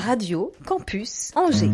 Radio Campus Angers.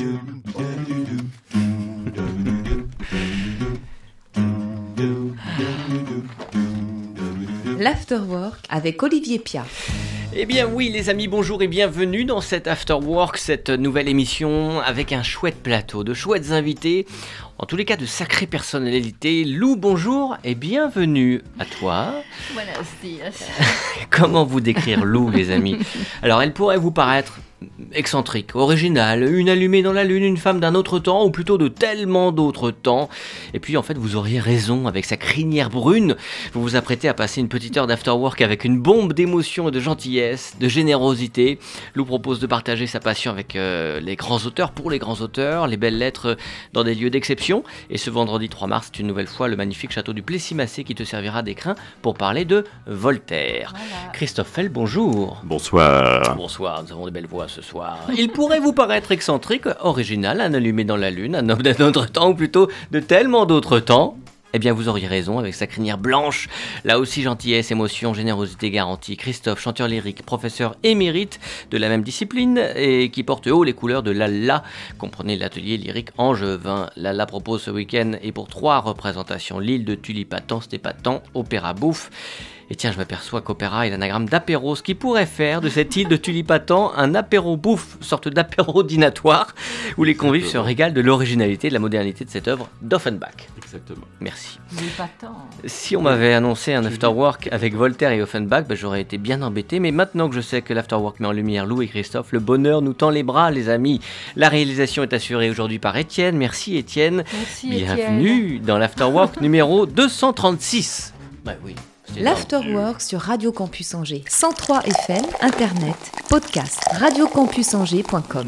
L'Afterwork avec Olivier Piat. Eh bien oui les amis, bonjour et bienvenue dans cet Afterwork, cette nouvelle émission avec un chouette plateau, de chouettes invités, en tous les cas de sacrées personnalités. Lou, bonjour et bienvenue à toi. Buenos días. Comment vous décrire Lou les amis? Alors elle pourrait vous paraître excentrique, originale, une allumée dans la lune, une femme d'un autre temps, ou plutôt de tellement d'autres temps. Et puis en fait vous auriez raison, avec sa crinière brune, vous vous apprêtez à passer une petite heure d'afterwork avec une bombe d'émotion et de gentillesse, de générosité. Lou propose de partager sa passion avec les grands auteurs, pour les grands auteurs, les belles lettres dans des lieux d'exception. Et ce vendredi 3 mars, c'est une nouvelle fois le magnifique château du Plessis-Massé qui te servira d'écrin pour parler de Voltaire. Voilà. Christophe Fell, bonjour. Bonsoir. Bonsoir, nous avons de belles voix ce soir. Il pourrait vous paraître excentrique, original, un allumé dans la lune, un homme d'un autre temps, ou plutôt de tellement d'autres temps. Eh bien, vous auriez raison, avec sa crinière blanche, là aussi gentillesse, émotion, générosité garantie. Christophe, chanteur lyrique, professeur émérite de la même discipline et qui porte haut les couleurs de Lala. Comprenez l'atelier lyrique angevin. Lala propose ce week-end et pour 3 représentations, l'île de Tulipatan, Stépatan, Opéra Bouffe. Et tiens, je m'aperçois qu'opéra est l'anagramme d'apéro, ce qui pourrait faire de cette île de Tulipatan un apéro bouffe, sorte d'apéro dînatoire, où les convives se régalent de l'originalité et de la modernité de cette œuvre d'Offenbach. Exactement. Merci. Tulipatan. Si on m'avait annoncé un afterwork avec Voltaire et Offenbach, j'aurais été bien embêté, mais maintenant que je sais que l'afterwork met en lumière Lou et Christophe, le bonheur nous tend les bras, les amis. La réalisation est assurée aujourd'hui par Étienne. Merci Étienne. Merci Bienvenue Étienne. Dans l'afterwork numéro 236. Bah oui. L'Afterwork sur Radio Campus Angers. 103 FM, Internet, podcast, radiocampusangers.com.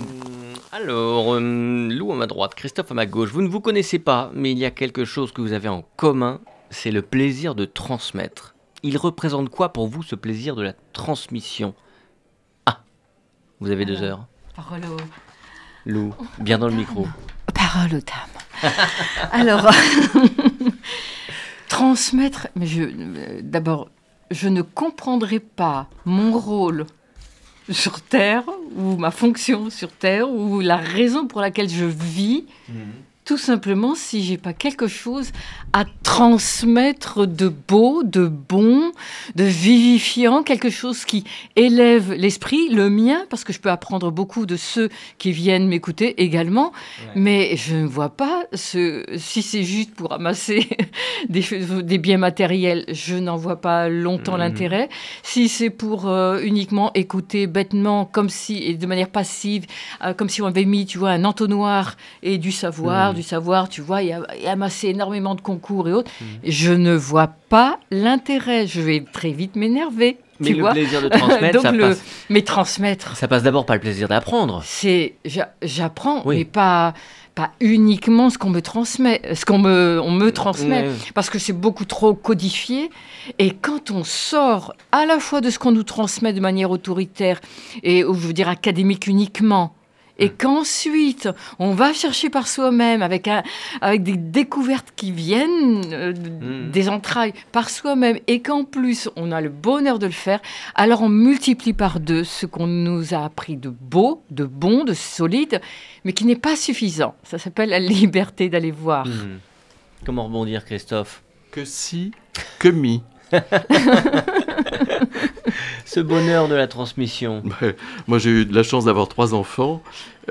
Alors, Lou à ma droite, Christophe à ma gauche. Vous ne vous connaissez pas, mais il y a quelque chose que vous avez en commun, c'est le plaisir de transmettre. Il représente quoi pour vous, ce plaisir de la transmission? Ah, vous avez 2 heures. Parole aux... Lou, bien dans le micro. Parole aux dames. Alors... Transmettre, mais d'abord, je ne comprendrai pas mon rôle sur Terre, ou ma fonction sur Terre, ou la raison pour laquelle je vis, tout simplement si j'ai pas quelque chose à transmettre de beau, de bon, de vivifiant, quelque chose qui élève l'esprit, le mien, parce que je peux apprendre beaucoup de ceux qui viennent m'écouter également, mais je ne vois pas si c'est juste pour ramasser des biens matériels, je n'en vois pas longtemps l'intérêt. Si c'est pour uniquement écouter bêtement, comme si, et de manière passive, comme si on avait mis, tu vois, un entonnoir et du savoir, tu vois, et amasser énormément de concours et autres, je ne vois pas l'intérêt. Je vais très vite m'énerver. Mais le plaisir de transmettre, donc mais transmettre. Ça passe d'abord par le plaisir d'apprendre. J'apprends, mais pas uniquement ce qu'on me transmet, on me transmet, parce que c'est beaucoup trop codifié. Et quand on sort à la fois de ce qu'on nous transmet de manière autoritaire et, je veux dire, académique uniquement, et qu'ensuite, on va chercher par soi-même avec des découvertes qui viennent des entrailles par soi-même, et qu'en plus, on a le bonheur de le faire, alors on multiplie par 2 ce qu'on nous a appris de beau, de bon, de solide, mais qui n'est pas suffisant. Ça s'appelle la liberté d'aller voir. Comment rebondir, Christophe? Que si, que mi. Ce bonheur de la transmission. Moi, j'ai eu de la chance d'avoir 3 enfants.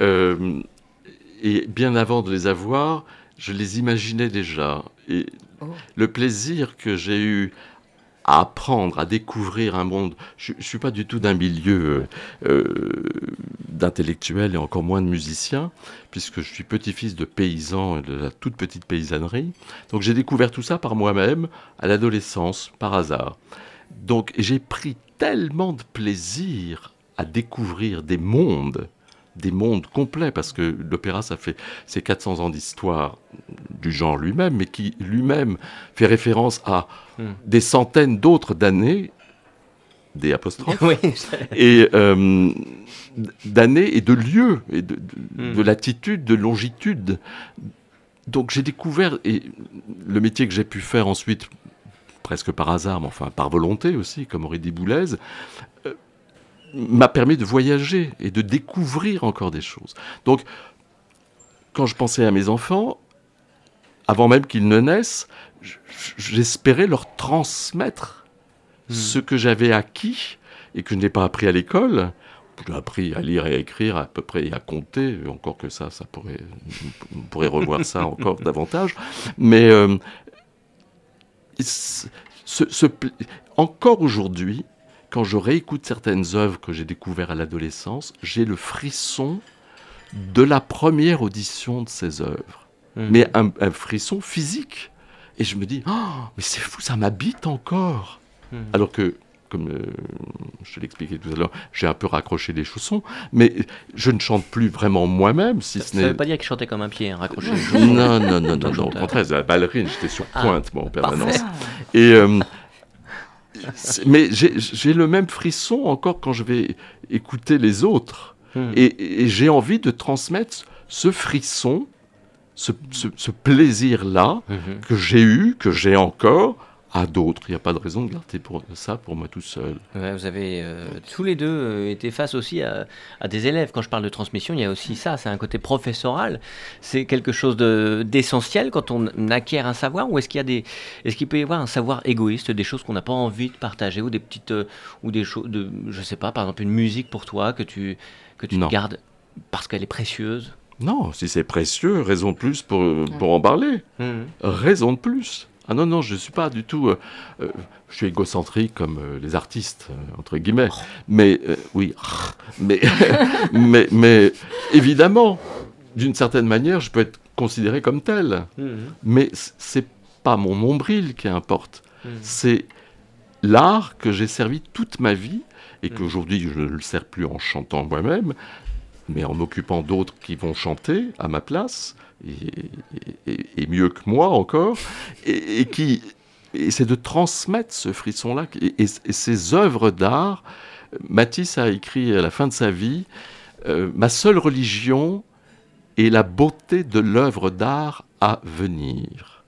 Et bien avant de les avoir, je les imaginais déjà. Et le plaisir que j'ai eu à apprendre, à découvrir un monde... Je ne suis pas du tout d'un milieu d'intellectuels et encore moins de musiciens, puisque je suis petit-fils de paysans de la toute petite paysannerie. Donc j'ai découvert tout ça par moi-même, à l'adolescence, par hasard. Donc j'ai pris tellement de plaisir à découvrir des mondes complets, parce que l'opéra, c'est 400 ans d'histoire du genre lui-même, mais qui lui-même fait référence à des centaines d'autres d'années, des apostrophes, et d'années et de lieux, et de latitude, de longitude. Donc j'ai découvert, et le métier que j'ai pu faire ensuite, presque par hasard, mais enfin par volonté aussi, comme aurait dit Boulez, m'a permis de voyager et de découvrir encore des choses. Donc, quand je pensais à mes enfants, avant même qu'ils ne naissent, j'espérais leur transmettre ce que j'avais acquis et que je n'ai pas appris à l'école. J'ai appris à lire et à écrire à peu près et à compter, encore que ça on pourrait revoir ça encore davantage. Mais encore aujourd'hui, quand je réécoute certaines œuvres que j'ai découvertes à l'adolescence, j'ai le frisson de la première audition de ces œuvres. Mais un frisson physique. Et je me dis, mais c'est fou, ça m'habite encore. Alors que, comme je te l'expliquais tout à l'heure, j'ai un peu raccroché les chaussons, mais je ne chante plus vraiment moi-même, si ce n'est... Ça ne veut pas dire qu'il chantait comme un pied, raccroché les chaussons. Non, au contraire, c'est la ballerine, j'étais sur pointe, en permanence. Et, mais j'ai le même frisson encore quand je vais écouter les autres. Et j'ai envie de transmettre ce frisson, ce plaisir-là que j'ai eu, que j'ai encore, à d'autres. Il n'y a pas de raison de garder ça pour moi tout seul. Ouais, vous avez tous les deux été face aussi à des élèves. Quand je parle de transmission, il y a aussi ça, c'est un côté professoral. C'est quelque chose d'essentiel quand on acquiert un savoir, ou est-ce qu'il peut y avoir un savoir égoïste, des choses qu'on n'a pas envie de partager, ou des petites, ou des choses, je sais pas, par exemple une musique pour toi que tu gardes parce qu'elle est précieuse. Non, si c'est précieux, raison de plus pour en parler. Raison de plus. Ah non, je ne suis pas du tout... je suis égocentrique comme les artistes, entre guillemets. Mais, oui. mais évidemment, d'une certaine manière, je peux être considéré comme tel. Mais ce n'est pas mon nombril qui importe. C'est l'art que j'ai servi toute ma vie et qu'aujourd'hui, je ne le sers plus en chantant moi-même, mais en occupant d'autres qui vont chanter à ma place, et mieux que moi encore, et c'est de transmettre ce frisson-là, et ces œuvres d'art. Matisse a écrit à la fin de sa vie, ma seule religion est la beauté de l'œuvre d'art à venir.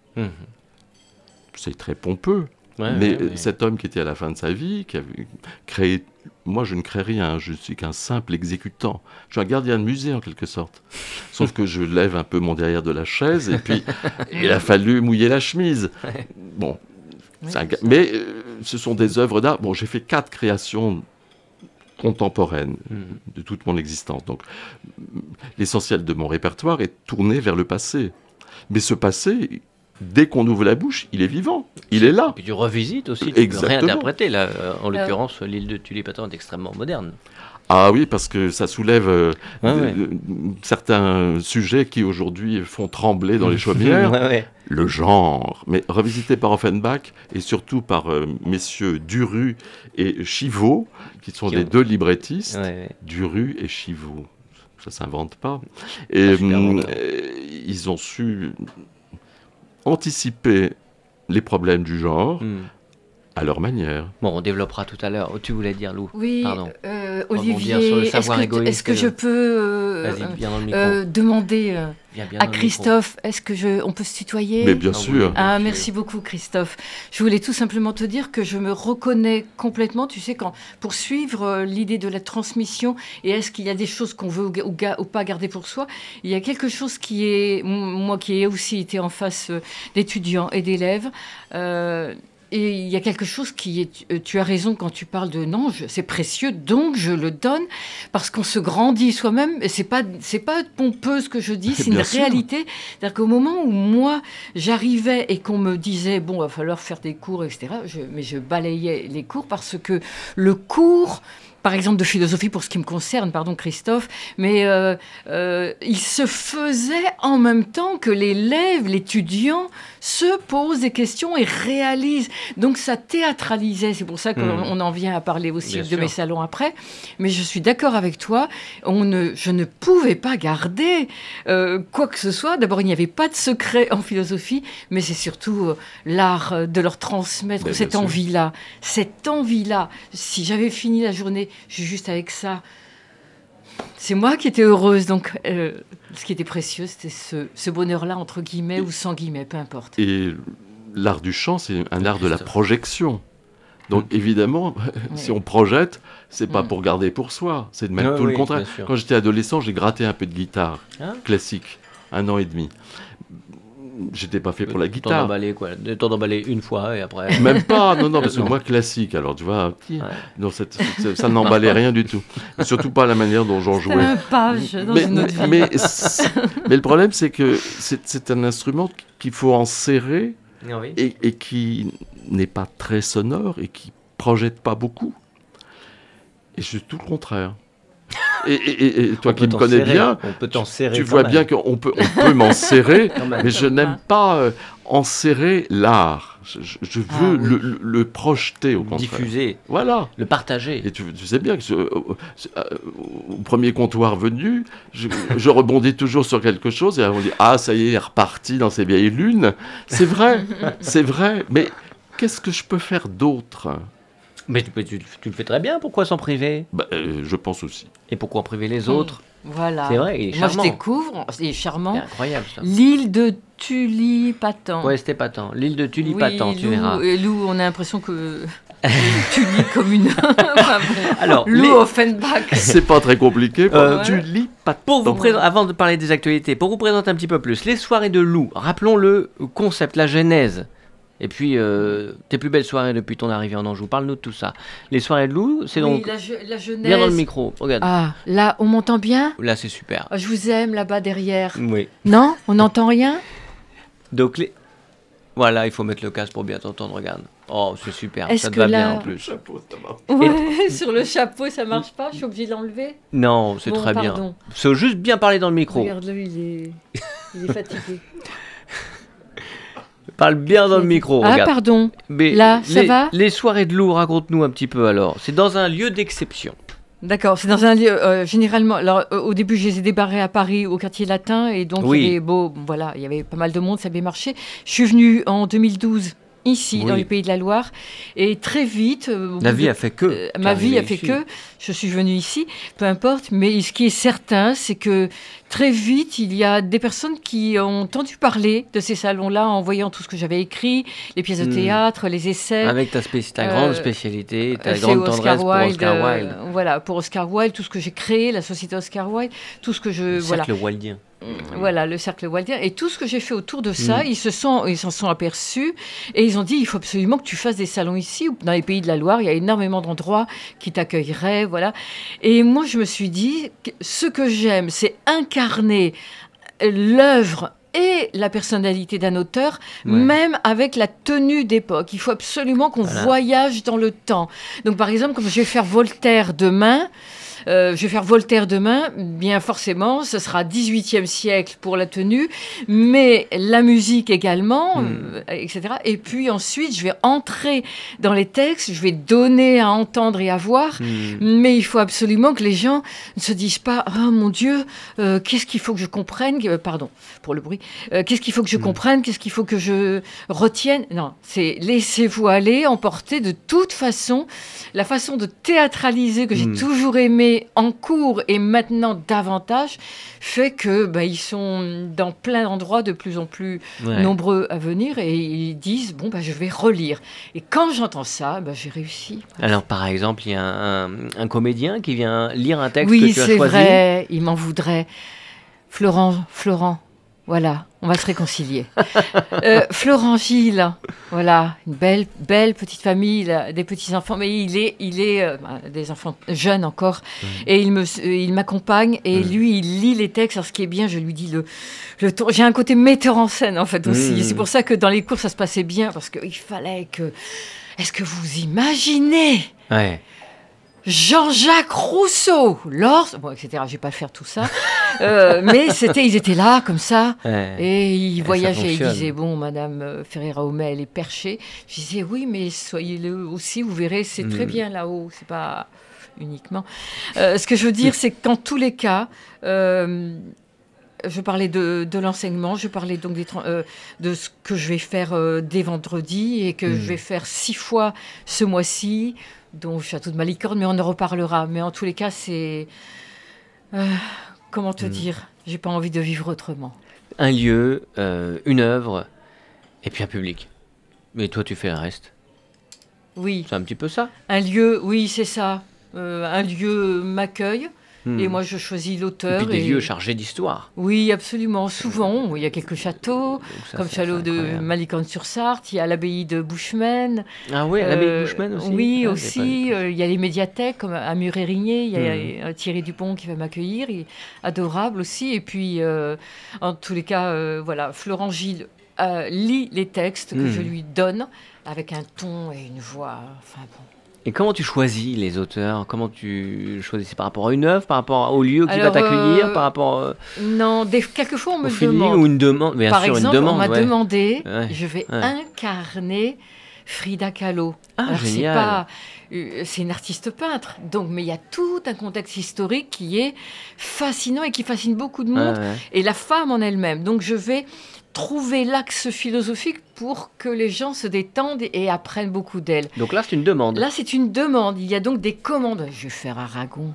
C'est très pompeux. Mais cet homme qui était à la fin de sa vie, qui avait créé... Moi, je ne crée rien, je suis qu'un simple exécutant. Je suis un gardien de musée, en quelque sorte. Sauf que je lève un peu mon derrière de la chaise, et puis il a fallu mouiller la chemise. Bon, mais ce sont des œuvres d'art. Bon, j'ai fait 4 créations contemporaines de toute mon existence. Donc, l'essentiel de mon répertoire est tourné vers le passé. Mais ce passé... Dès qu'on ouvre la bouche, il est vivant, il est là. Et puis tu revisites aussi, tu peux réinterpréter. Là, en l'occurrence, l'île de Tulipatan est extrêmement moderne. Ah oui, parce que ça soulève certains sujets qui aujourd'hui font trembler dans les chaumières. Le genre, mais revisité par Offenbach et surtout par messieurs Duru et Chivot, qui sont les deux librettistes. Duru et Chivot, ça ne s'invente pas. Et ils ont su... anticiper les problèmes du genre à leur manière. Bon, on développera tout à l'heure. Tu voulais dire, Lou? Oui, pardon. Olivier, est-ce que je peux demander à Christophe, on peut se tutoyer? Mais bien sûr. Ah, merci beaucoup, Christophe. Je voulais tout simplement te dire que je me reconnais complètement, tu sais, pour suivre l'idée de la transmission, et est-ce qu'il y a des choses qu'on veut ou pas garder pour soi, il y a quelque chose qui est, moi qui ai aussi été en face d'étudiants et d'élèves, et il y a quelque chose qui est... Tu as raison quand tu parles de non, c'est précieux, donc je le donne, parce qu'on se grandit soi-même. Et c'est pas pompeux ce que je dis, c'est une réalité. C'est-à-dire qu'au moment où moi, j'arrivais et qu'on me disait, bon, il va falloir faire des cours, etc., mais je balayais les cours parce que le cours... Par exemple, de philosophie, pour ce qui me concerne, pardon Christophe, mais il se faisait en même temps que l'élève, l'étudiant, se pose des questions et réalise. Donc ça théâtralisait, c'est pour ça qu'on en vient à parler aussi de mes salons après. Mais je suis d'accord avec toi, je ne pouvais pas garder quoi que ce soit. D'abord, il n'y avait pas de secret en philosophie, mais c'est surtout l'art de leur transmettre cette envie-là. Cette envie-là. Si j'avais fini la journée, je suis juste avec ça. C'est moi qui étais heureuse. Donc, ce qui était précieux, c'était ce bonheur-là, entre guillemets, ou sans guillemets, peu importe. Et l'art du chant, c'est un art de la projection. Donc évidemment, si on projette, c'est pas pour garder pour soi, c'est de mettre tout le contraire. bien sûr. Quand j'étais adolescent, j'ai gratté un peu de guitare Ah. classique, 1 an et demi. J'étais pas fait pour la T'en guitare. emballer une fois et après. Même pas, non, parce que moi, classique, alors tu vois, non, ça n'emballait rien du tout. Et surtout pas la manière dont j'en C'est jouais. un page dans une autre vie. Mais le problème, c'est que c'est un instrument qu'il faut enserrer Oui. et qui n'est pas très sonore et qui projette pas beaucoup. Et je suis tout le contraire. Et toi qui me connais bien, on peut t'en serrer. tu quand vois même. bien qu'on peut m'en serrer, Quand même. mais je n'aime pas enserrer l'art. Je veux le projeter au contraire. Diffuser, Voilà. le partager. Et tu sais bien que au premier comptoir venu, je rebondis toujours sur quelque chose et on dit ah ça y est, il est reparti dans ses vieilles lunes. C'est vrai, mais qu'est-ce que je peux faire d'autre? Mais tu le fais très bien, pourquoi s'en priver? Je pense aussi. Et pourquoi en priver les autres? Voilà. C'est vrai, il est Moi, charmant. je découvre, il est charmant. C'est incroyable ça. L'île de Tulipatan. Ouais, c'était Patan. L'île de Tulipatan, tu Lou, verras. et Lou, on a l'impression que tu lis comme une. Enfin, bon. Alors, Lou Offenbach. C'est pas très compliqué. Ouais. Tu lis pas Pour vous tant. avant de parler des actualités, pour vous présenter un petit peu plus, les soirées de Lou, rappelons le concept, la genèse. Et puis, tes plus belles soirées depuis ton arrivée en Anjou, parle-nous de tout ça. Les soirées de Lou, c'est Oui, donc la jeunesse. bien dans le micro, regarde. Ah, là, on m'entend bien? Là, c'est super. Ah, je vous aime là-bas derrière. Oui. Non? On n'entend rien? Donc, voilà, il faut mettre le casque pour bien t'entendre, regarde. Oh, c'est super, Est-ce ça te que va là- bien en plus. Chapeau, ça marche. Ouais, sur le chapeau, ça marche pas? Je suis obligée de l'enlever? Non, c'est Bon, très bien. pardon. Faut juste bien parler dans le micro. Regarde-le, il est fatigué. Parle bien dans le micro, Ah, regarde. pardon. Mais Là, ça va les soirées de Lou, raconte-nous un petit peu alors. C'est dans un lieu d'exception. D'accord, c'est dans un lieu, généralement, alors au début je les ai débarrés à Paris, au quartier latin, et donc Oui. il y avait pas mal de monde, ça avait marché. Je suis venue en 2012 ici, Oui. dans les Pays de la Loire, et très vite... La vie a fait que. ma vie a fait que je suis venue ici, peu importe, mais ce qui est certain, c'est que très vite, il y a des personnes qui ont entendu parler de ces salons-là en voyant tout ce que j'avais écrit, les pièces de théâtre, les essais. Avec ta grande spécialité, ta C'est grande Oscar tendresse pour Oscar Wilde, Wilde. voilà, pour Oscar Wilde, tout ce que j'ai créé, la société Oscar Wilde, tout ce que je... Le Voilà. cercle wildien. Voilà, le cercle wildien. Et tout ce que j'ai fait autour de ça, ils s'en sont aperçus et ils ont dit, il faut absolument que tu fasses des salons ici. Dans les Pays de la Loire, il y a énormément d'endroits qui t'accueilleraient, voilà. Et moi, je me suis dit, ce que j'aime, c'est incarner l'œuvre et la personnalité d'un auteur, Ouais. même avec la tenue d'époque. Il faut absolument qu'on Voilà. voyage dans le temps. Donc, par exemple, comme je vais faire Voltaire demain, bien forcément, ce sera 18e siècle pour la tenue, mais la musique également, etc. Et puis ensuite, je vais entrer dans les textes, je vais donner à entendre et à voir, mais il faut absolument que les gens ne se disent pas « Oh mon Dieu, qu'est-ce qu'il faut que je comprenne ?» Pardon pour le bruit. Qu'est-ce qu'il faut que je comprenne? Qu'est-ce qu'il faut que je retienne? Non, c'est laissez-vous aller, emporter. De toute façon, la façon de théâtraliser que j'ai toujours aimé en cours et maintenant davantage fait que ils sont dans plein d'endroits de plus en plus nombreux à venir et ils disent je vais relire. Et quand j'entends ça, j'ai réussi. Alors, par exemple, il y a un comédien qui vient lire un texte Oui, que tu as c'est choisi. vrai, il m'en voudrait. Florent, voilà, on va se réconcilier. Florent Gilles, voilà, une belle petite famille, là, des petits-enfants, mais il est des enfants jeunes encore, et il m'accompagne, et lui, il lit les textes. Alors, ce qui est bien, je lui dis le ton. J'ai un côté metteur en scène, en fait, aussi. Et c'est pour ça que dans les cours, ça se passait bien, parce qu'il fallait que... Est-ce que vous imaginez Ouais. Jean-Jacques Rousseau, etc. Je vais pas faire tout ça, mais ils étaient là comme ça, Ouais. et ils ça voyageaient. Ils fonctionne. disaient Madame Ferreira-Homais, elle est perchée. Je disais oui, mais soyez-le aussi. Vous verrez, c'est très bien là-haut. C'est pas uniquement. Ce que je veux dire, c'est qu'en tous les cas. Je parlais de l'enseignement, je parlais donc de ce que je vais faire dès vendredi et que je vais faire 6 fois ce mois-ci, dont le château de Malicorne, mais on en reparlera. Mais en tous les cas, c'est... comment te dire? J'ai pas envie de vivre autrement. Un lieu, une œuvre, et puis un public. Mais toi, tu fais le reste. Oui. C'est un petit peu ça. Un lieu, oui, c'est ça. Un lieu m'accueille. Et moi, je choisis l'auteur. Et puis des lieux chargés d'histoire. Oui, absolument. Souvent, il y a quelques châteaux, Ça, comme Château de incroyable. Malicorne-sur-Sarthe. Il y a l'abbaye de Buchmen. Ah oui, l'abbaye de Buchmen aussi. Oui, Ah, aussi. Il y a les médiathèques, comme à Murérigné. Il y a Thierry Dupont qui va m'accueillir. Il est adorable aussi. Et puis, en tous les cas, voilà, Florent Gilles lit les textes que je lui donne avec un ton et une voix. Enfin bon. Et comment tu choisis les auteurs? Comment tu choisis? C'est par rapport à une œuvre, par rapport au lieu qui va t'accueillir, par rapport non, quelquefois on au me feeling demande. ou une demande? Bien Par sûr, exemple, une demande. on m'a demandé, Ouais. je vais incarner Frida Kahlo. Ah, Alors génial. c'est une artiste peintre, donc mais il y a tout un contexte historique qui est fascinant et qui fascine beaucoup de monde. Ouais. Et la femme en elle-même. Donc je vais trouver l'axe philosophique pour que les gens se détendent et apprennent beaucoup d'elle. Donc là, c'est une demande. Là, c'est une demande. Il y a donc des commandes. Je vais faire Aragon.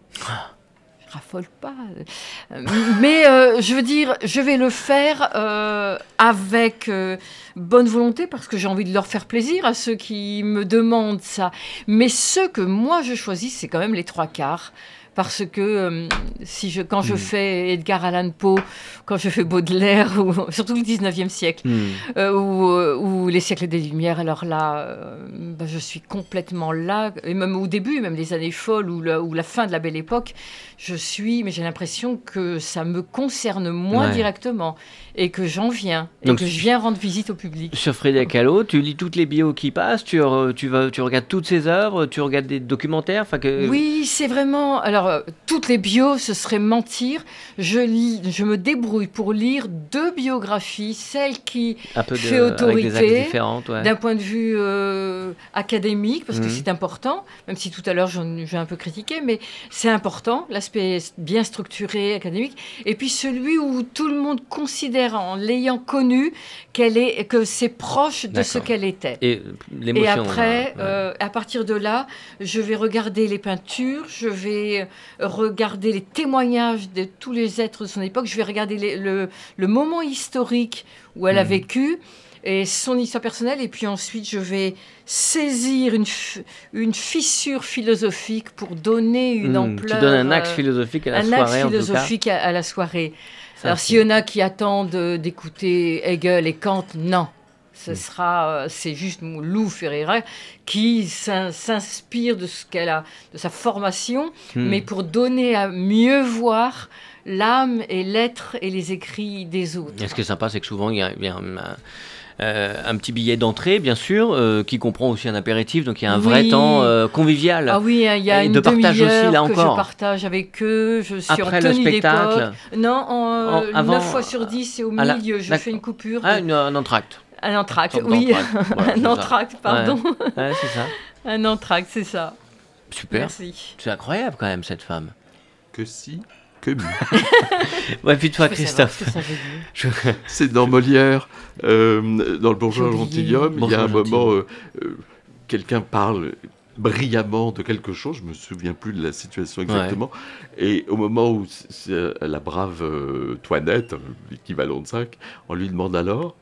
Je raffole pas. Mais je veux dire, je vais le faire avec bonne volonté parce que j'ai envie de leur faire plaisir à ceux qui me demandent ça. Mais ceux que moi je choisis, c'est quand même les trois quarts. Parce que quand je fais Edgar Allan Poe, quand je fais Baudelaire, ou surtout le 19e siècle, ou les siècles des Lumières, alors là, je suis complètement là. Et même au début, même les années folles ou la fin de la Belle Époque, mais j'ai l'impression que ça me concerne moins directement et que j'en viens, Donc, et que je viens rendre visite au public. Sur Frida Kahlo, tu lis toutes les bios qui passent, tu regardes toutes ses œuvres, tu regardes des documentaires. Oui, c'est vraiment... Alors, toutes les bios, ce serait mentir. Je me débrouille pour lire 2 biographies, celle qui fait autorité, avec des axes différentes, d'un point de vue académique, parce que c'est important, même si tout à l'heure j'ai un peu critiqué, mais c'est important, l'aspect bien structuré, académique. Et puis celui où tout le monde considère, en l'ayant connue, que c'est proche de ce qu'elle était. Et l'émotion. Et après, à partir de là, je vais regarder les peintures, je vais regarder les témoignages de tous les êtres de son époque, je vais regarder le moment historique où elle a vécu et son histoire personnelle, et puis ensuite je vais saisir une fissure philosophique pour donner une ampleur. Tu donnes un axe philosophique à la soirée, axe philosophique à la soirée. Alors s'il y en a qui attendent d'écouter Hegel et Kant, non. C'est juste Lou Ferreira qui s'inspire de ce qu'elle a, de sa formation, mais pour donner à mieux voir l'âme et l'être et les écrits des autres. Et ce qui est sympa, c'est que souvent il y a un petit billet d'entrée, bien sûr, qui comprend aussi un apéritif, donc il y a un vrai temps convivial. Ah oui, il y a une partage aussi, là que encore. je partage avec eux. Je suis Après en le tenue spectacle. d'époque. Non, avant, 9 fois sur 10, c'est au milieu. Je fais une coupure. Un entracte. Un entracte, Sorte oui. d'entracte. Voilà, Un entracte, pardon. Ouais, c'est ça. Un entracte, c'est ça. Super. Merci. C'est incroyable quand même, cette femme. Que si, que mieux. Ouais, puis toi, Je peux Christophe. savoir ce que ça veut dire. C'est dans Molière, dans le Bourgeois J'ai oublié. gentilhomme, il y a un Bourgeois moment, quelqu'un parle brillamment de quelque chose, je me souviens plus de la situation exactement, et au moment où c'est la brave Toinette, l'équivalent de 5, on lui demande alors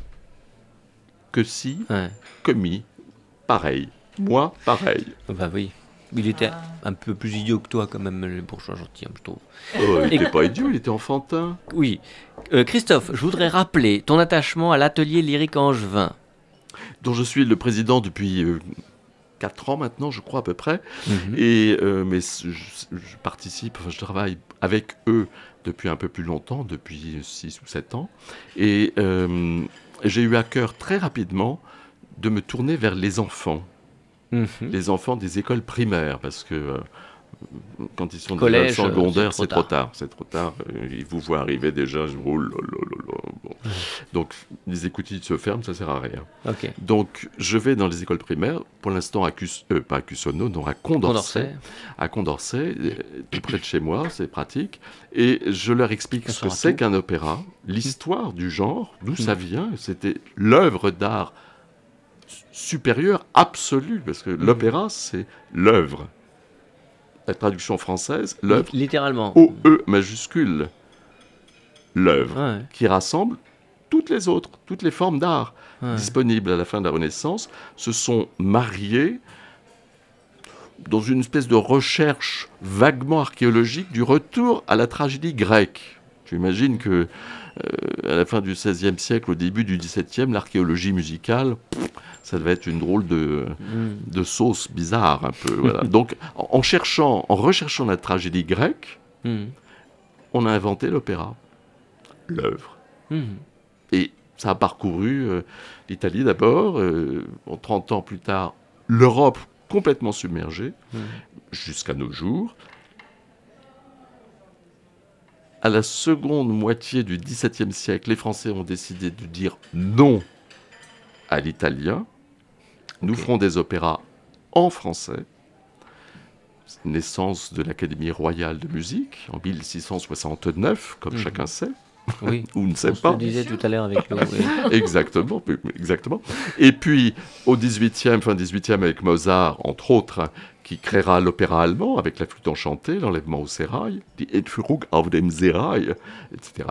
que si, que mi, pareil, moi, pareil. Bah oui. Il était un peu plus idiot que toi, quand même, le bourgeois gentilhomme, je trouve. Oh, il n'était pas idiot, il était enfantin. Oui. Christophe, je voudrais rappeler ton attachement à l'atelier lyrique Angevin. Dont je suis le président depuis 4 ans maintenant, je crois à peu près. Et, mais je participe, je travaille avec eux depuis un peu plus longtemps, depuis 6 ou 7 ans. Et j'ai eu à cœur très rapidement de me tourner vers les enfants. Les enfants des écoles primaires, parce que quand ils sont collège, déjà secondaires, c'est trop tard. tard. C'est trop tard. Ils vous voient arriver déjà. Oh là là là là. Bon. Donc, les écoutilles se ferment, ça sert à rien. Ok. Donc, je vais dans les écoles primaires, pour l'instant pas à Cussonneau, non, à Condorcet. À Condorcet, tout près de chez moi, c'est pratique. Et je leur explique ce que c'est qu'un opéra, l'histoire du genre, d'où ça vient. C'était l'œuvre d'art supérieure absolue, parce que l'opéra, c'est l'œuvre. La traduction française, l'œuvre, littéralement. O-E majuscule, l'œuvre, qui rassemble toutes les formes d'art Ouais. disponibles à la fin de la Renaissance se sont mariées dans une espèce de recherche vaguement archéologique du retour à la tragédie grecque. J'imagine que à la fin du XVIe siècle, au début du XVIIe, l'archéologie musicale, ça devait être une drôle de sauce bizarre un peu. Voilà. Donc, en recherchant la tragédie grecque, on a inventé l'opéra, l'œuvre. Et ça a parcouru l'Italie d'abord, 30 ans plus tard, l'Europe complètement submergée, jusqu'à nos jours. À la seconde moitié du XVIIe siècle, les Français ont décidé de dire non à l'italien. Nous ferons des opéras en français. Naissance de l'Académie royale de musique en 1669, comme chacun sait. Oui, ou ne sait on pas. se le disait tout à l'heure avec Lou. Oui. Exactement. Et puis, au fin 18e, avec Mozart, entre autres, qui créera l'opéra allemand avec la flûte enchantée, l'enlèvement au sérail, die Entführung auf dem Seerail, etc.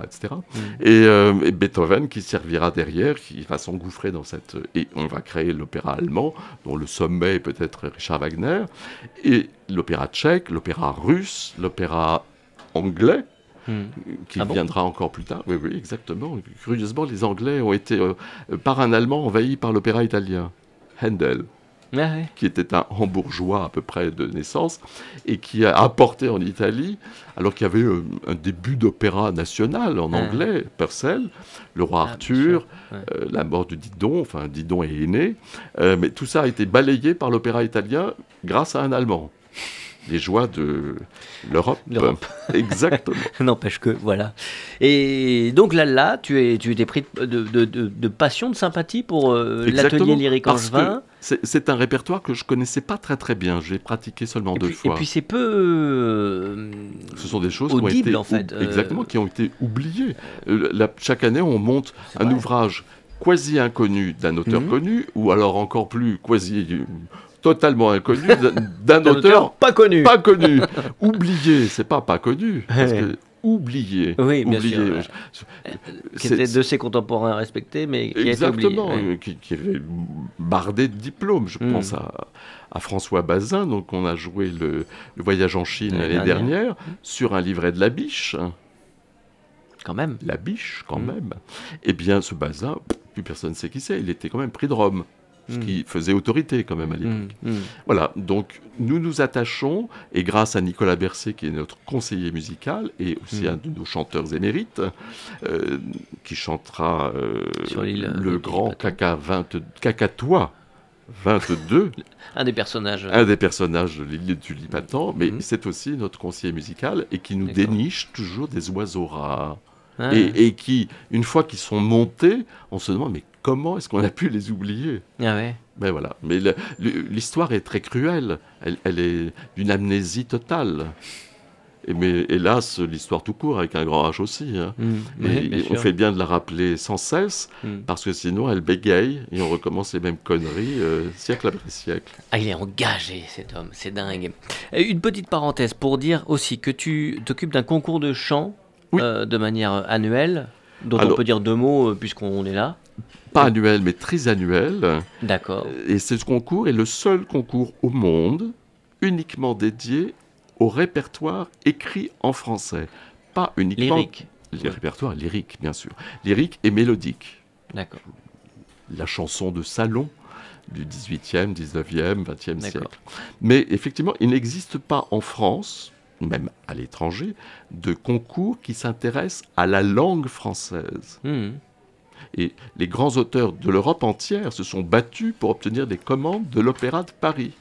Et Beethoven qui servira derrière, qui va s'engouffrer dans cette... Et on va créer l'opéra allemand, dont le sommet est peut-être Richard Wagner, et l'opéra tchèque, l'opéra russe, l'opéra anglais, qui viendra encore plus tard. Oui, exactement. Curieusement, les Anglais ont été, par un Allemand, envahis par l'opéra italien, Handel, qui était un Hambourgeois à peu près de naissance, et qui a apporté en Italie, alors qu'il y avait un début d'opéra national en anglais, Purcell, le roi Arthur, la mort de Didon, enfin Didon est né, mais tout ça a été balayé par l'opéra italien grâce à un Allemand. Les joies de l'Europe. Exactement. N'empêche que, voilà. Et donc là, tu étais pris de passion, de sympathie pour l'atelier lyrique angevin. C'est un répertoire que je connaissais pas très très bien. J'ai pratiqué seulement 2 fois. Et puis c'est peu ce sont des choses audibles, qui ont été, en fait. Exactement, qui ont été oubliées. Chaque année, on monte un ouvrage quasi inconnu d'un auteur connu, ou alors encore plus quasi... totalement inconnu d'un auteur pas connu. Oublié, c'est pas connu, parce que oublié. Oui, bien oublié. sûr. Qui était de ses contemporains respectés, mais qui a été oublié. Exactement, qui avait bardé de diplômes. Je pense à François Bazin, donc on a joué le Voyage en Chine l'année dernière, sur un livret de Labiche. Quand même. Labiche, quand même. Eh bien, ce Bazin, plus personne ne sait qui c'est, il était quand même prix de Rome. Ce qui faisait autorité quand même à l'époque. Voilà, donc nous nous attachons, et grâce à Nicolas Bercé, qui est notre conseiller musical, et aussi un de nos chanteurs émérites, qui chantera sur l'île le grand Cacatois 22. Un des personnages de l'île du Lipatan, mais c'est aussi notre conseiller musical, et qui nous déniche toujours des oiseaux rares. Et qui, une fois qu'ils sont montés, on se demande, mais comment est-ce qu'on a pu les oublier ? Ben voilà. Mais l'histoire est très cruelle. Elle est d'une amnésie totale. Mais hélas, l'histoire tout court, avec un grand H aussi. Hein. Et on fait bien de la rappeler sans cesse, parce que sinon elle bégaye et on recommence les mêmes conneries siècle après siècle. Ah, il est engagé, cet homme, c'est dingue. Une petite parenthèse pour dire aussi que tu t'occupes d'un concours de chant de manière annuelle, dont on peut dire 2 mots puisqu'on est là. Pas annuel, mais trisannuel. D'accord. Et ce concours est le seul concours au monde uniquement dédié au répertoire écrit en français. Pas uniquement... Lyrique. Les répertoires lyriques, bien sûr. Lyrique et mélodique. D'accord. La chanson de salon du 18e, 19e, 20e siècle. Mais effectivement, il n'existe pas en France, même à l'étranger, de concours qui s'intéressent à la langue française. Et les grands auteurs de l'Europe entière se sont battus pour obtenir des commandes de l'Opéra de Paris.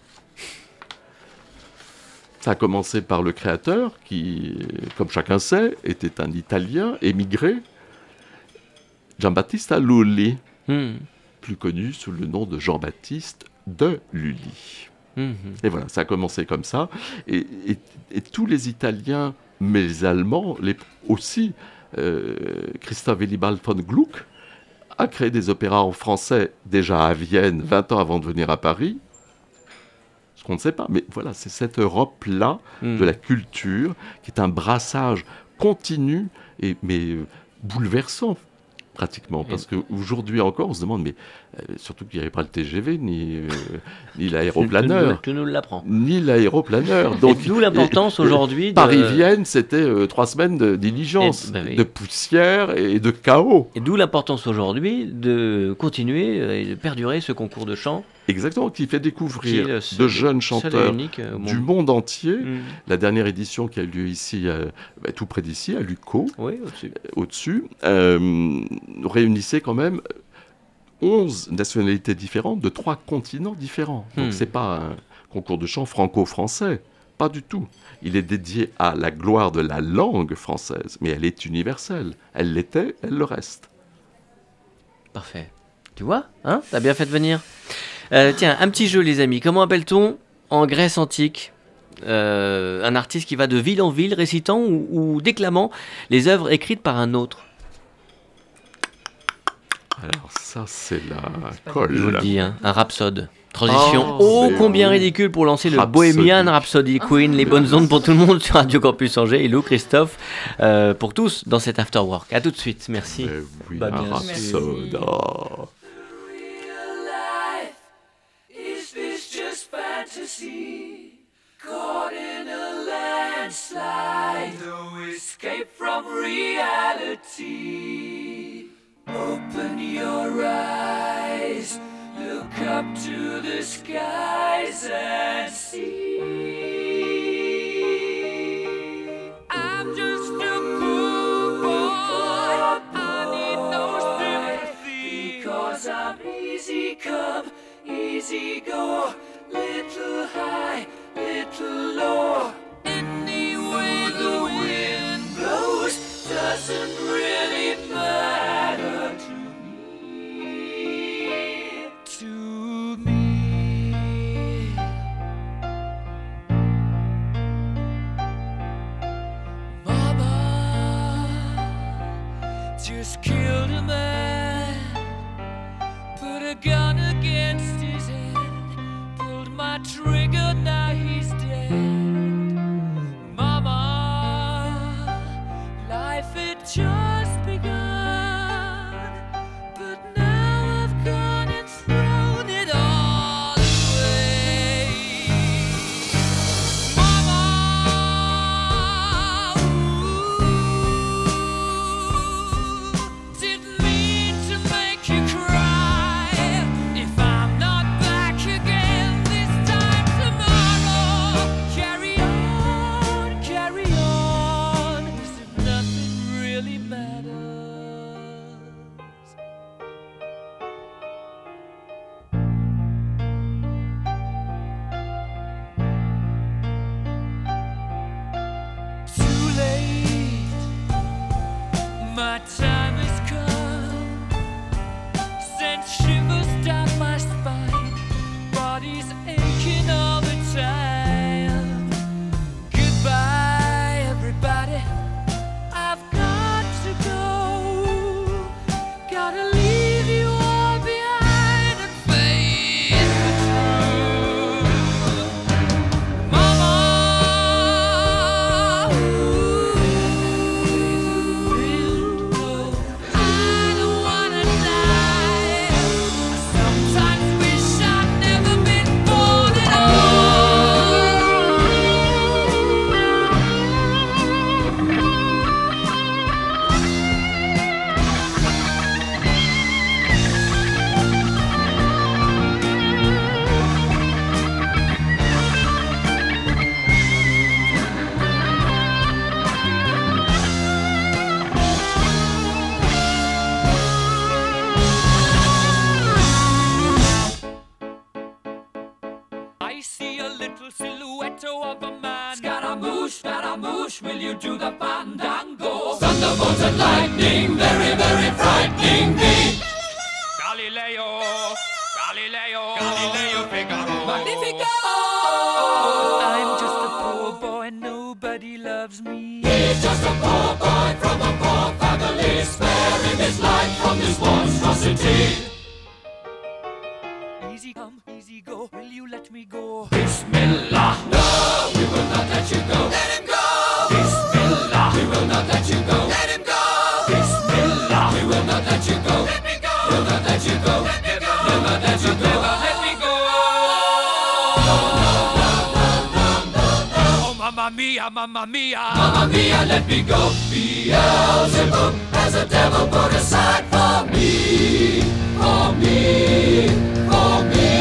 Ça a commencé par le créateur, qui, comme chacun sait, était un Italien émigré, Giambattista Lully, plus connu sous le nom de Jean-Baptiste de Lully. Et voilà, ça a commencé comme ça. Et tous les Italiens, mais les Allemands aussi, Christoph Willibald von Gluck a créé des opéras en français déjà à Vienne 20 ans avant de venir à Paris. Ce qu'on ne sait pas, mais voilà, c'est cette Europe-là de la culture qui est un brassage continu mais bouleversant. pratiquement. Parce qu'aujourd'hui encore, on se demande, mais surtout qu'il n'y avait pas le TGV, ni l'aéroplaneur. Tu nous l'apprends. Ni l'aéroplaneur. Donc, d'où l'importance aujourd'hui de... Paris-Vienne, c'était 3 semaines de diligence, de poussière et de chaos. Et d'où l'importance aujourd'hui de continuer et de perdurer ce concours de chant. Exactement, qui fait découvrir de jeunes chanteurs du monde entier. La dernière édition qui a eu lieu ici, tout près d'ici, à Lucco, au-dessus, réunissait quand même 11 nationalités différentes de 3 continents différents. Donc c'est pas un concours de chant franco-français, pas du tout. Il est dédié à la gloire de la langue française, mais elle est universelle. Elle l'était, elle le reste. Parfait. Tu vois, hein, t'as bien fait de venir. Tiens, un petit jeu les amis. Comment appelle-t-on en Grèce antique un artiste qui va de ville en ville récitant ou déclamant les œuvres écrites par un autre? Alors ça c'est la colle. Je vous le dis, hein, un rhapsode. Transition combien ridicule pour lancer le Bohemian Rhapsody Queen, les bonnes ondes pour tout le monde sur Radio Campus Angers. Hello Christophe, pour tous dans cet After Work. À tout de suite, merci. Oui, un rhapsode. Fantasy, caught in a landslide, no escape from reality. Open your eyes, look up to the skies and see. I'm just a poor boy, I need no sympathy, because I'm easy come, easy go. Little high, little low. Any way the wind blows doesn't really matter to me. To me. Mama just killed a man, put a gun against his head. My trigger, now he's dead. Mama, life had just begun, but now I've gone and thrown it all away. Mama, didn't mean to make you cry. If I'm not back again Scaramouche, will you do the fandango? Thunderbolts and lightning, very, very frightening me. Galileo, Galileo, Galileo Figaro. Magnifico! I'm just a poor boy, nobody loves me. He's just a poor boy from a poor family, sparing his life from this monstrosity. Easy come, easy go, will you let me go? Bismillah, no, we will not let you go. Let him go! Bismillah, we will not let you go. Let him go! Bismillah, we will not let you go. Let me go. Will not let you go. Let me go. Will not let you go. Let me go. Oh, mamma mia, mamma mia. Mamma mia, let me go. Beelzebub has a devil put aside for me. For me. For me.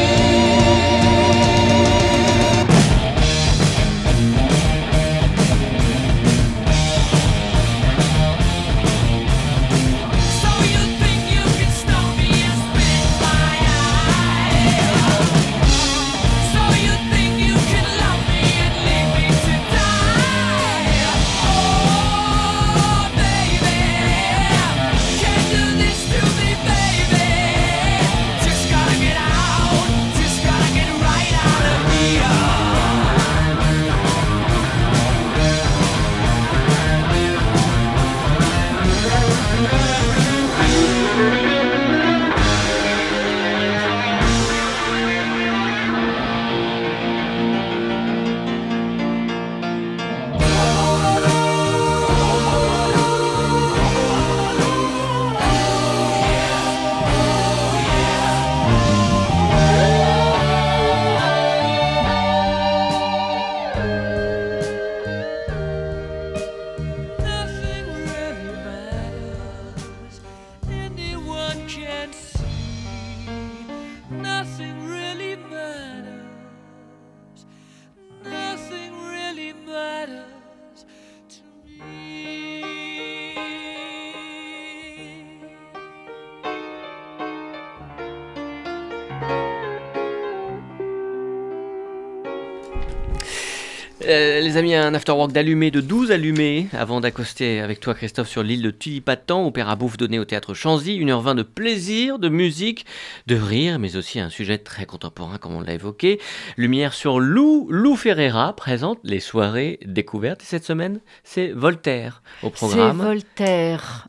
Les amis, un afterwork d'allumés, de 12 allumés, avant d'accoster avec toi Christophe sur l'île de Tulipatan, opéra bouffe donné au théâtre Chanzy, 1h20 de plaisir, de musique, de rire, mais aussi un sujet très contemporain comme on l'a évoqué. Lumière sur Lou Ferreira présente les soirées découvertes. Et cette semaine, c'est Voltaire au programme. C'est Voltaire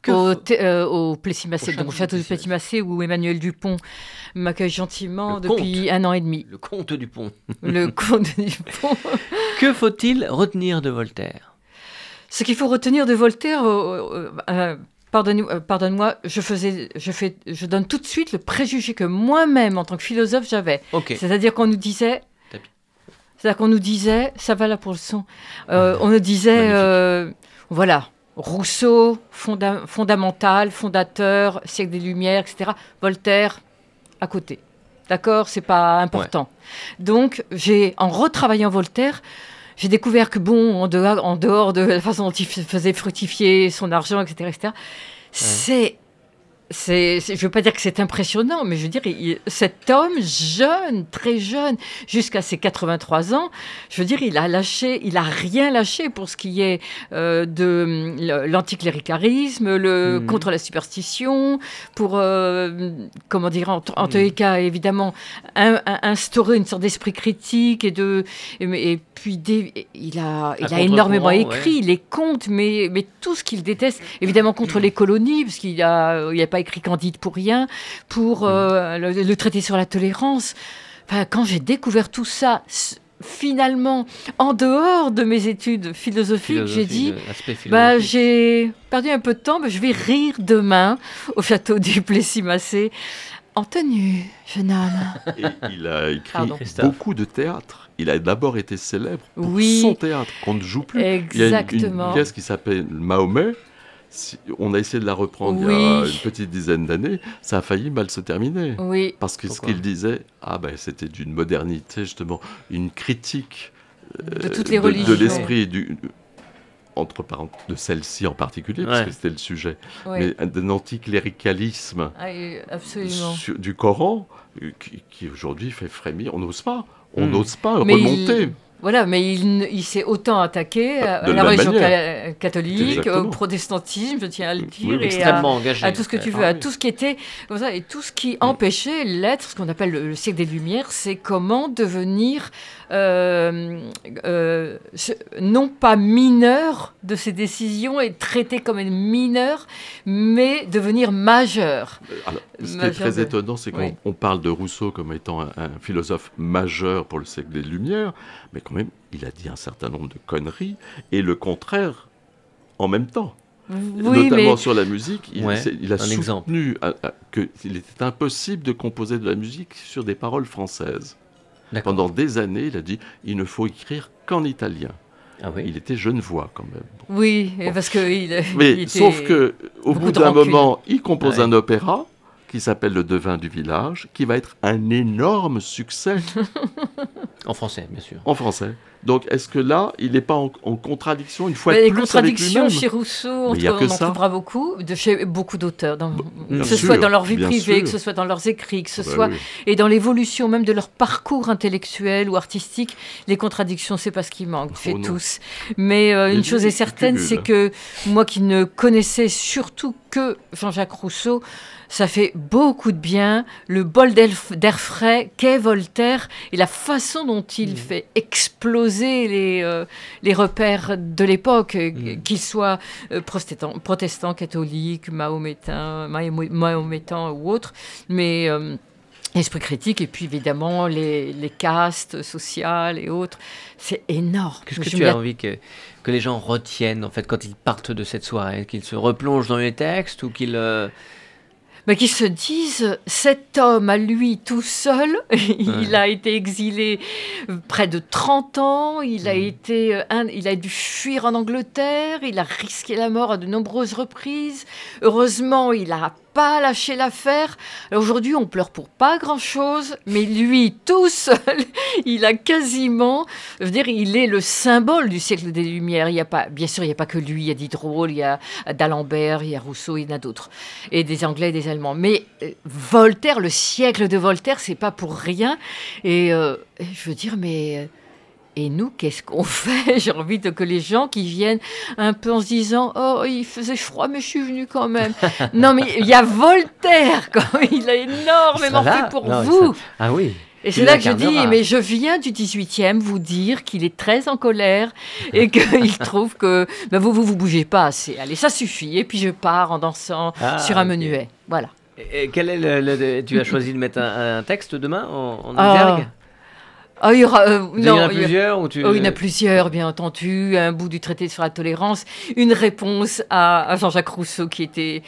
au Plessis-Massé, donc au château du Plessis-Massé où Emmanuel Dupont m'accueille gentiment depuis 1 an et demi. Le comte Dupont. Le comte Dupont. Que faut-il retenir de Voltaire ? Ce qu'il faut retenir de Voltaire, pardonne-moi, je donne tout de suite le préjugé que moi-même, en tant que philosophe, j'avais. Okay. C'est-à-dire qu'on nous disait, ça va là pour le son, on nous disait, voilà, Rousseau, fondamental, fondateur, siècle des Lumières, etc. Voltaire, à côté. D'accord, c'est pas important. Ouais. Donc, en retravaillant Voltaire, j'ai découvert que en dehors de la façon dont il faisait fructifier son argent, etc., ouais. Je ne veux pas dire que c'est impressionnant, mais je veux dire, cet homme jeune, très jeune, jusqu'à ses 83 ans, je veux dire, il a rien lâché pour ce qui est de l'anticléricalisme, contre la superstition, pour, comment dire, en tous les cas, évidemment, instaurer une sorte d'esprit critique et puis il a énormément écrit, ouais. Les contes, mais tout ce qu'il déteste, évidemment contre les colonies, parce qu'il n'y a pas écrit Candide pour rien, pour le traité sur la tolérance. Enfin, quand j'ai découvert tout ça, finalement, en dehors de mes études philosophiques, j'ai dit, j'ai perdu un peu de temps, je vais rire demain au château du Plessis-Massé. En tenue, jeune homme. Et il a écrit beaucoup de théâtre. Il a d'abord été célèbre pour son théâtre, qu'on ne joue plus. Exactement. Il y a une pièce qui s'appelle Mahomet. On a essayé de la reprendre il y a une petite dizaine d'années. Ça a failli mal se terminer. Oui. Parce que ce qu'il disait, c'était d'une modernité, justement, une critique de toutes les religions. De l'esprit de celle-ci en particulier, parce que c'était le sujet, mais d'un anticléricalisme du Coran qui aujourd'hui fait frémir. On n'ose pas remonter. Voilà, mais il s'est autant attaqué à la religion catholique, au protestantisme, je tiens à le dire, et à tout ce que tu veux, à tout ce qui était comme ça, et tout ce qui empêchait l'être, ce qu'on appelle le siècle des Lumières, c'est comment devenir non pas mineur de ses décisions et traité comme un mineur, mais devenir majeur. Alors, ce qui est très étonnant, c'est qu'on parle de Rousseau comme étant un philosophe majeur pour le siècle des Lumières, mais quand même, il a dit un certain nombre de conneries, et le contraire en même temps. Oui, notamment mais sur la musique, il a un exemple. soutenu qu'il était impossible de composer de la musique sur des paroles françaises. D'accord. Pendant des années, il a dit il ne faut écrire qu'en italien. Ah oui. Il était genevois quand même. oui, Bon. parce que Mais sauf que au beaucoup bout de d'un rancune. moment, il compose Ouais. un opéra qui s'appelle Le Devin du village, qui va être un énorme succès En français, bien sûr. en français. Donc, est-ce que là, il n'est pas en contradiction une fois Mais de les plus avec contradictions lui-même? chez Rousseau, Mais il y a que on en ça. trouvera beaucoup, chez beaucoup d'auteurs, Bien que ce sûr, soit dans leur vie bien privée, sûr. que ce soit dans leurs écrits, que ce Bah soit oui. et dans l'évolution même de leur parcours intellectuel ou artistique, les contradictions, c'est pas ce qui manque, Oh fait non. tous. Mais Mais une lui, chose est il certaine, cumule. c'est que moi qui ne connaissais surtout que Jean-Jacques Rousseau, ça fait beaucoup de bien le bol d'air frais qu'est Voltaire et la façon dont il fait exploser les repères de l'époque, qu'ils soient protestants, catholiques, mahométans ou autres, mais esprit critique et puis évidemment les castes sociales et autres, c'est énorme. Qu'est-ce que Je tu m'y as envie que les gens retiennent en fait quand ils partent de cette soirée, qu'ils se replongent dans les textes ou qu'ils Mais qui se disent, cet homme à lui tout seul, il a été exilé près de 30 ans, il a dû fuir en Angleterre, il a risqué la mort à de nombreuses reprises. Heureusement, il n'a pas lâché l'affaire. Alors aujourd'hui, on pleure pour pas grand-chose, mais lui tout seul, il a quasiment, je veux dire, il est le symbole du siècle des Lumières. Il y a pas, bien sûr, il n'y a pas que lui, il y a Diderot, il y a d'Alembert, il y a Rousseau, il y en a d'autres, et des Anglais et des Allemands. Mais Voltaire, le siècle de Voltaire, c'est pas pour rien. Et je veux dire, mais et nous, qu'est-ce qu'on fait? J'ai envie que les gens qui viennent un peu en se disant « Oh, il faisait froid, mais je suis venu quand même. » Non, mais il y a Voltaire, quand même. Il a énormément Ça va. fait pour Non, vous. Ah oui. Et c'est Il là que je dis, l'incarnera. mais je viens du 18e vous dire qu'il est très en colère et qu'il trouve que vous bougez pas assez. Allez, ça suffit. Et puis je pars en dansant sur un ok. menuet. Voilà. Et quel est tu as choisi de mettre un texte demain en Ah. exergue? Ah, il y aura. Il y en a plusieurs ou tu... Oh, il y en a plusieurs, bien entendu. Un bout du traité sur la tolérance, une réponse à Jean-Jacques Rousseau qui était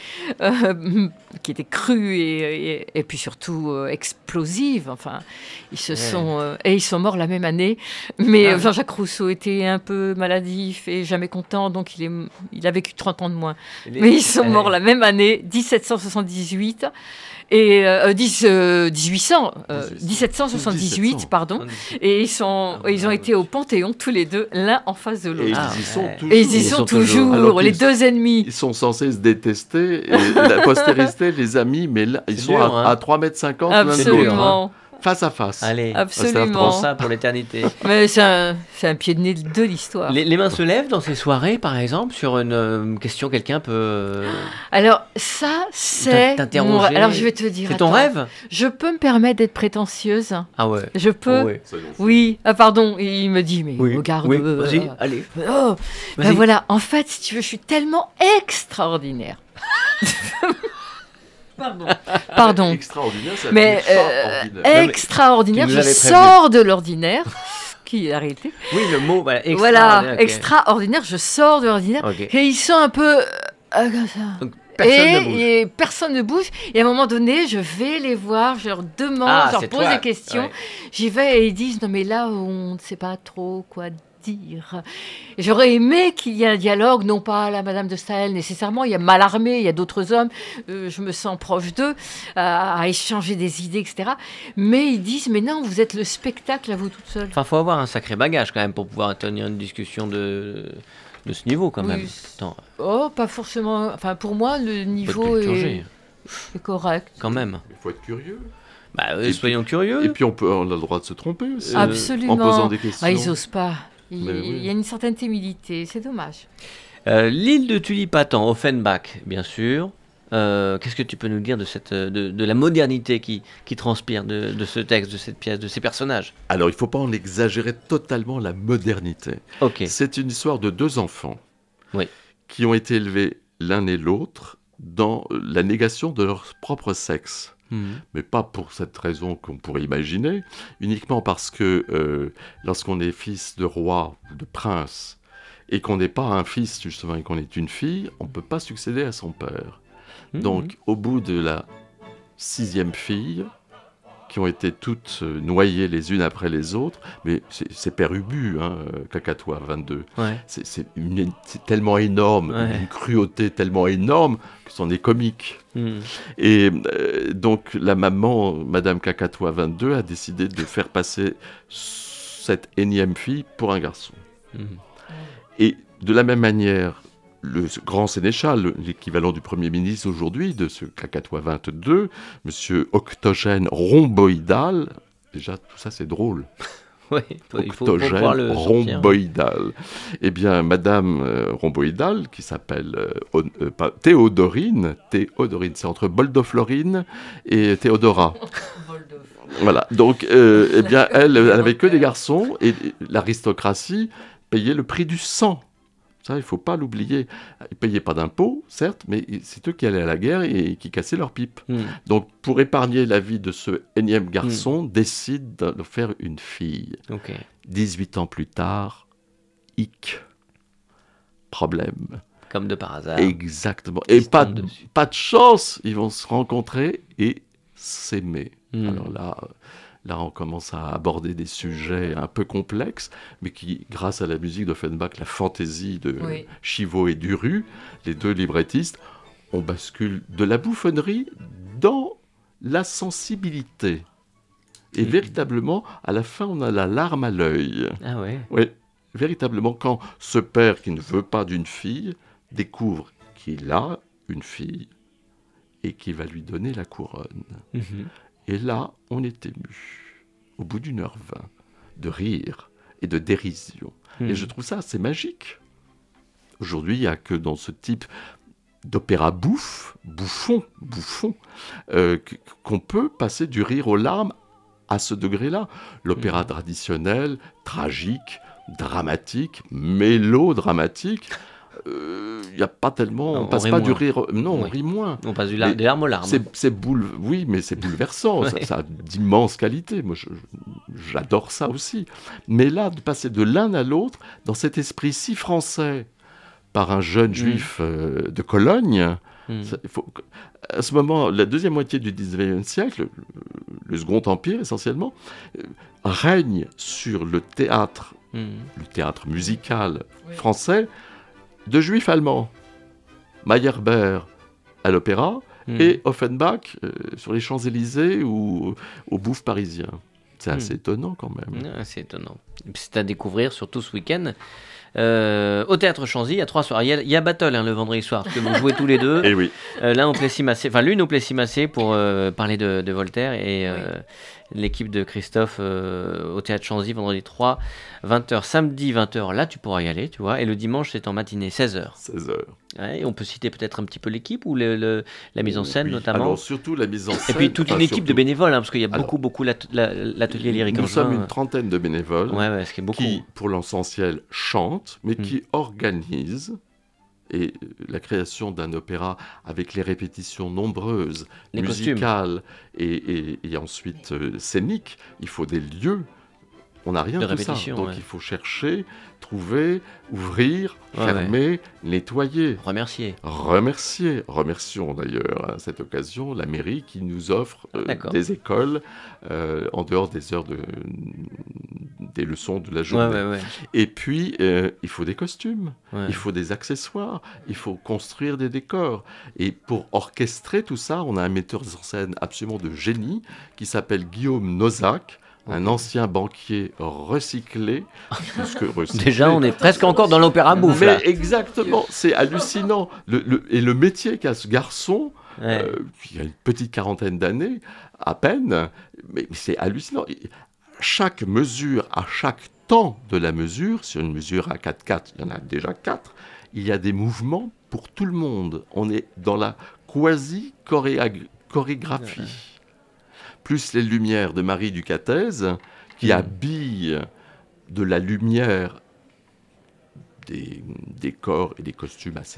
crue et puis surtout explosive. Enfin, ils se sont et ils sont morts la même année. Mais Ah. Jean-Jacques Rousseau était un peu maladif et jamais content, donc il a vécu 30 ans de moins. Mais ils sont morts la même année, 1778. Et 1778, pardon. Et ils ont été au Panthéon tous les deux, l'un en face de Et l'autre. ils y sont toujours. Et ils y sont toujours, Alors les qu'ils- deux ennemis. Ils sont censés se détester, et la postérité les a mis, mais là, ils C'est sont dur, hein. à 3,50 m l'un de l'autre, Absolument, face à face. Allez, absolument. prends ça pour l'éternité. Mais c'est un pied de nez de l'histoire. Les mains se lèvent dans ces soirées, par exemple, sur une question, quelqu'un peut... Alors ça, c'est... T'interroger. Alors je vais te dire... C'est ton attends. rêve? Je peux me permettre d'être prétentieuse? Ah ouais. Je peux? Ah ouais. Oui. Ah pardon, il me dit, mais regarde... Oui, vas-y, allez. Oh, ben Vas-y. voilà, en fait, si tu veux, je suis tellement extraordinaire. Pardon. Extraordinaire, ça Mais veut dire extraordinaire. extraordinaire, tu je nous avais prévenu. sors de l'ordinaire. Qui est arrêté. Oui, le mot, voilà, Voilà, ok. extraordinaire, je sors de l'ordinaire. Ok. Et ils sont un peu comme ça. Donc, personne ne bouge. Et personne ne bouge. Et à un moment donné, je vais les voir, je leur demande, Ah, je leur c'est pose toi. des questions. Ouais. J'y vais et ils disent non mais là on ne sait pas trop quoi dire. Et j'aurais aimé qu'il y ait un dialogue, non pas à la Madame de Staël nécessairement. Il y a Mallarmé, il y a d'autres hommes. Je me sens proche d'eux, à échanger des idées, etc. Mais ils disent mais non, vous êtes le spectacle à vous toute seule. Enfin, faut avoir un sacré bagage quand même pour pouvoir tenir une discussion de ce niveau quand même. Oui. Attends, Oh, pas forcément. Enfin, pour moi, le faut niveau être culturé, est correct. quand même. Il faut être curieux. Bah, Et soyons curieux. Et puis on a le droit de se tromper aussi. Absolument. En posant des questions. Ah, ils osent pas. Il Mais oui. y a une certaine timidité. C'est dommage. L'île de Tulipatan, Offenbach, bien sûr. Qu'est-ce que tu peux nous dire de, de la modernité qui transpire de ce texte, de cette pièce, de ces personnages? Alors il ne faut pas en exagérer totalement la modernité. Ok. C'est une histoire de deux enfants Oui. qui ont été élevés l'un et l'autre dans la négation de leur propre sexe. Mhm. Mais pas pour cette raison qu'on pourrait imaginer, uniquement parce que lorsqu'on est fils de roi ou de prince et qu'on n'est pas un fils, justement, et qu'on est une fille, on ne peut pas succéder à son père. Donc, au bout de la 6e fille, qui ont été toutes noyées les unes après les autres, mais c'est Père Ubu, Kakatois 22. Ouais. C'est tellement énorme, une cruauté tellement énorme que c'en est comique. Et donc la maman, Madame Kakatois 22, a décidé de faire passer cette énième fille pour un garçon. Et de la même manière, le grand sénéchal, l'équivalent du Premier ministre aujourd'hui, de ce Kakatois 22, Monsieur Octogène Rhomboïdal, déjà tout ça c'est drôle. Ouais, il faut Octogène pouvoir le sortir. Rhomboïdal. Eh bien, Madame Rhomboïdal, qui s'appelle Théodorine, c'est entre Boldoflorine et Théodora. Voilà, donc, eh bien, elle avait que des garçons, et l'aristocratie payait le prix du sang. Ça, il ne faut pas l'oublier. Ils ne payaient pas d'impôts, certes, mais c'est eux qui allaient à la guerre et qui cassaient leurs pipes. Donc, pour épargner la vie de ce énième garçon, décide de faire une fille. 18 ans plus tard, problème. Comme de par hasard. Exactement. Et pas de chance, ils vont se rencontrer et s'aimer. Alors là, on commence à aborder des sujets un peu complexes, mais qui, grâce à la musique d'Offenbach, la fantaisie de Chivot et Duru, les deux librettistes, on bascule de la bouffonnerie dans la sensibilité. Et véritablement, à la fin, on a la larme à l'œil. Ah ouais. Oui, véritablement, quand ce père qui ne veut pas d'une fille découvre qu'il a une fille et qu'il va lui donner la couronne. Et là, on est ému, au bout d'1h20, de rire et de dérision. Et je trouve ça assez magique. Aujourd'hui, il n'y a que dans ce type d'opéra bouffon, qu'on peut passer du rire aux larmes à ce degré-là. L'opéra traditionnel, tragique, dramatique, mélodramatique, il n'y a pas tellement... On passe pas du rire... Non, on rit moins. On passe des larmes aux larmes. Oui, mais c'est bouleversant. Ça a d'immenses qualités. Moi, j'adore ça aussi. Mais là, de passer de l'un à l'autre, dans cet esprit si français, par un jeune juif de Cologne, à ce moment, la deuxième moitié du XIXe siècle, le Second Empire essentiellement, règne sur le théâtre musical français, de juifs allemands, Meyerbeer à l'opéra et Offenbach sur les Champs-Élysées ou au Bouffe parisien. C'est assez étonnant quand même. C'est étonnant. C'est à découvrir surtout ce week-end. Au Théâtre Chanzy, il y a 3 soirs. Il y a Battle le vendredi soir, parce que vous jouez tous les deux. Et oui. L'un au Plessis-Massé, l'une au Plessis-Massé pour parler de Voltaire, et l'équipe de Christophe au Théâtre Chanzy, vendredi 3, 20h, samedi 20h, là tu pourras y aller, tu vois, et le dimanche c'est en matinée, 16h. 16h. Ouais, on peut citer peut-être un petit peu l'équipe ou la mise en scène notamment. Alors surtout la mise en scène. Et puis toute une équipe de bénévoles, parce qu'il y a beaucoup l'atelier lyrique. Nous sommes une trentaine de bénévoles ce qui est beaucoup. Qui, pour l'essentiel, chantent, mais qui organisent. Et la création d'un opéra avec les répétitions nombreuses, les musicales et ensuite scéniques, il faut des lieux. On n'a rien de ça. Donc il faut chercher, trouver, ouvrir, fermer, nettoyer. Remercions d'ailleurs à cette occasion la mairie qui nous offre des écoles en dehors des heures des leçons de la journée. Et puis, il faut des costumes, il faut des accessoires, il faut construire des décors. Et pour orchestrer tout ça, on a un metteur en scène absolument de génie qui s'appelle Guillaume Nozac, un ancien banquier recyclé. Déjà, on est presque encore dans l'opéra bouffe. Mais exactement, c'est hallucinant. Et le métier qu'a ce garçon, qui a une petite quarantaine d'années, à peine, mais c'est hallucinant. Chaque mesure, à chaque temps de la mesure, sur une mesure à 4/4, il y en a déjà 4, il y a des mouvements pour tout le monde. On est dans la quasi-chorégraphie. Plus les lumières de Marie Ducathèse, qui habille de la lumière des décors et des costumes assez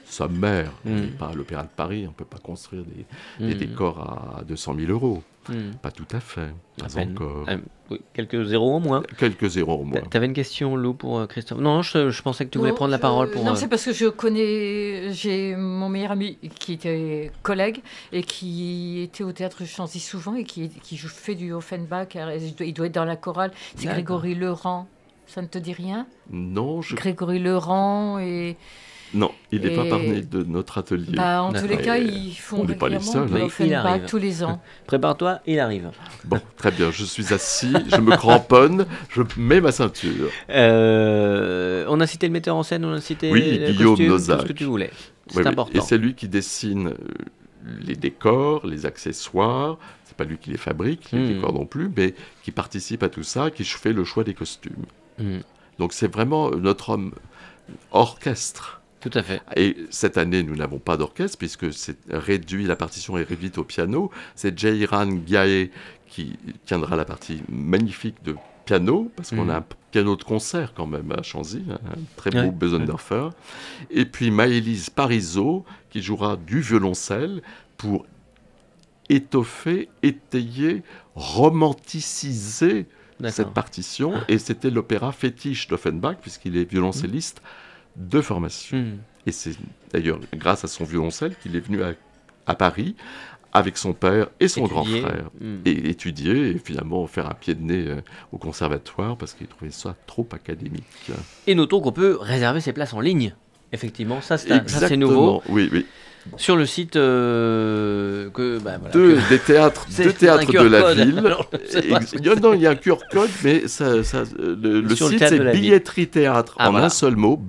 sommaire. Pas à l'Opéra de Paris, on ne peut pas construire des décors à 200 000 euros. Pas tout à fait. Pas encore. Oui, quelques zéros en moins. Quelques zéros au moins. T'avais une question, Lou, pour Christophe? Non, je pensais que tu voulais prendre la parole pour... Non, c'est parce que j'ai mon meilleur ami qui était collègue et qui était au théâtre de Chanzy souvent et qui fait du Offenbach. Il doit être dans la chorale. C'est D'accord. Grégory Leurent. Ça ne te dit rien? Non, Grégory Leurent et... Non, il n'est pas parmi de notre atelier. En tous les cas, ils font on n'est pas les régulièrement seuls, du hein. Il arrive. Offenbach tous les ans. Prépare-toi, il arrive. Bon, très bien, je suis assis, je me cramponne, je mets ma ceinture. On a cité le metteur en scène, on a cité Oui, le Guillaume costume, Nozac. tout ce que tu voulais. C'est Oui, oui. important. Et c'est lui qui dessine les décors, les accessoires. C'est pas lui qui les fabrique, les décors non plus, mais qui participe à tout ça, qui fait le choix des costumes. Donc c'est vraiment notre homme orchestre. Tout à fait. Et cette année, nous n'avons pas d'orchestre puisque la partition est réduite au piano. C'est Jairan Gaye qui tiendra la partie magnifique de piano, parce qu'on a un piano de concert quand même à Chanzy, un très beau Bösendorfer. Et puis Maëlys Parisot qui jouera du violoncelle pour étoffer, étayer, romanticiser cette partition. Et c'était l'opéra fétiche d'Offenbach puisqu'il est violoncelliste de formation. Et c'est d'ailleurs grâce à son violoncelle qu'il est venu à Paris avec son père et son grand frère et étudier et finalement faire un pied de nez au conservatoire parce qu'il trouvait ça trop académique. Et notons qu'on peut réserver ses places en ligne. Effectivement, ça c'est nouveau. Oui, oui. Sur le site des théâtres de la ville. Non, il y a un QR code, mais le site c'est billetterie théâtre un seul mot,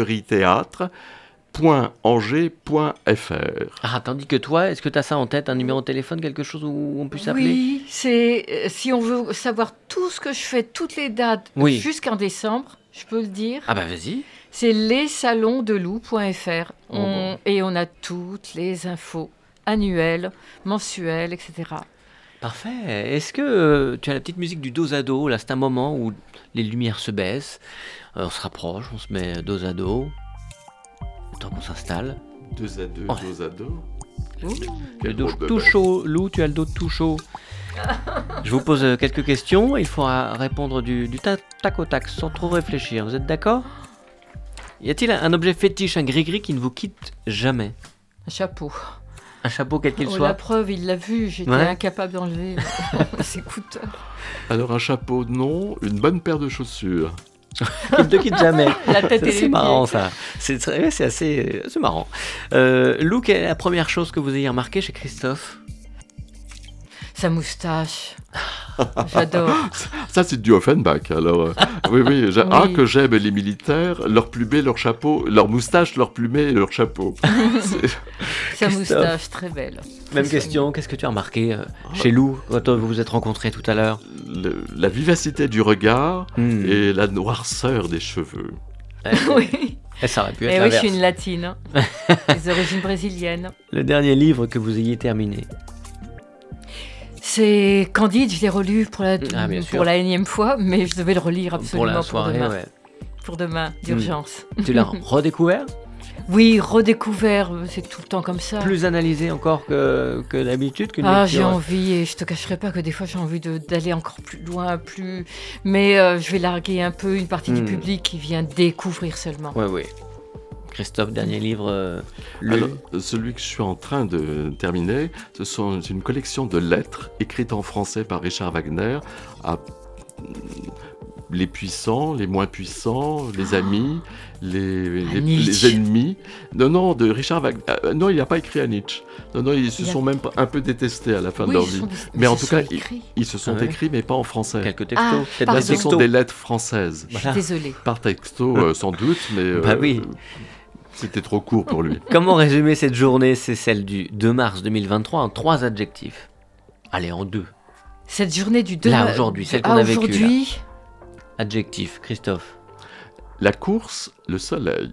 billetteriethéâtre.angers.fr. Tandis que toi, est-ce que tu as ça en tête, un numéro de téléphone, quelque chose où on puisse appeler? Oui, c'est si on veut savoir tout ce que je fais, toutes les dates jusqu'en décembre, je peux le dire. Ah bah vas-y. C'est lessalonsdelou.fr et on a toutes les infos annuelles, mensuelles, etc. Parfait. Est-ce que tu as la petite musique du dos à dos? Là, c'est un moment où les lumières se baissent, on se rapproche, on se met dos à dos, tant qu'on s'installe. Dos à dos, dos à dos. Le dos tout chaud. Lou, tu as le dos tout chaud. Je vous pose quelques questions. Il faudra répondre du tac au tac, sans trop réfléchir. Vous êtes d'accord? Y a-t-il un objet fétiche, un gris-gris qui ne vous quitte jamais? Un chapeau. Un chapeau quel qu'il soit? La preuve, il l'a vu, j'étais incapable d'enlever ses écouteurs. Alors un chapeau, non. Une bonne paire de chaussures. Qui ne te quitte jamais. La tête et les c'est marrant ça. C'est assez marrant. Lou, quelle est la première chose que vous ayez remarqué chez Christophe? Sa moustache. J'adore. Ça, c'est du Offenbach. Alors, oui. Que j'aime les militaires, leur plumet, leur chapeau, leur moustache, leur plumet et leur chapeau. Sa moustache, très belle. Même question, qu'est-ce que tu as remarqué chez Lou, quand vous vous êtes rencontrés tout à l'heure? La vivacité du regard et la noirceur des cheveux. Oui. Et ça aurait pu être oui, l'inverse. je suis une latine, des origines brésiliennes. Le dernier livre que vous ayez terminé? C'est Candide, je l'ai relu pour la énième fois, mais je devais le relire absolument pour la soirée, pour demain, d'urgence. Tu l'as redécouvert? Oui, redécouvert, c'est tout le temps comme ça. Plus analysé encore que d'habitude qu'une lecture. J'ai envie, et je te cacherai pas que des fois j'ai envie d'aller encore plus loin, mais je vais larguer un peu une partie du public qui vient découvrir seulement. Oui. Christophe, dernier livre lu? Alors, celui que je suis en train de terminer, c'est une collection de lettres écrites en français par Richard Wagner à les puissants, les moins puissants, les amis, les ennemis. Non, de Richard Wagner. Non, il n'a pas écrit à Nietzsche. Non, ils se sont même un peu détestés à la fin de leur vie. Mais en tout cas, ils se sont écrits, mais pas en français. Quelques textos. Ce sont des lettres françaises. Je suis désolée. Par texto, sans doute, mais... oui. C'était trop court pour lui. Comment résumer cette journée? C'est celle du 2 mars 2023 en 3 adjectifs. Allez, en 2. Cette journée du 2 mars... Là, aujourd'hui, celle qu'on a vécue. Aujourd'hui... Adjectif, Christophe. La course, le soleil.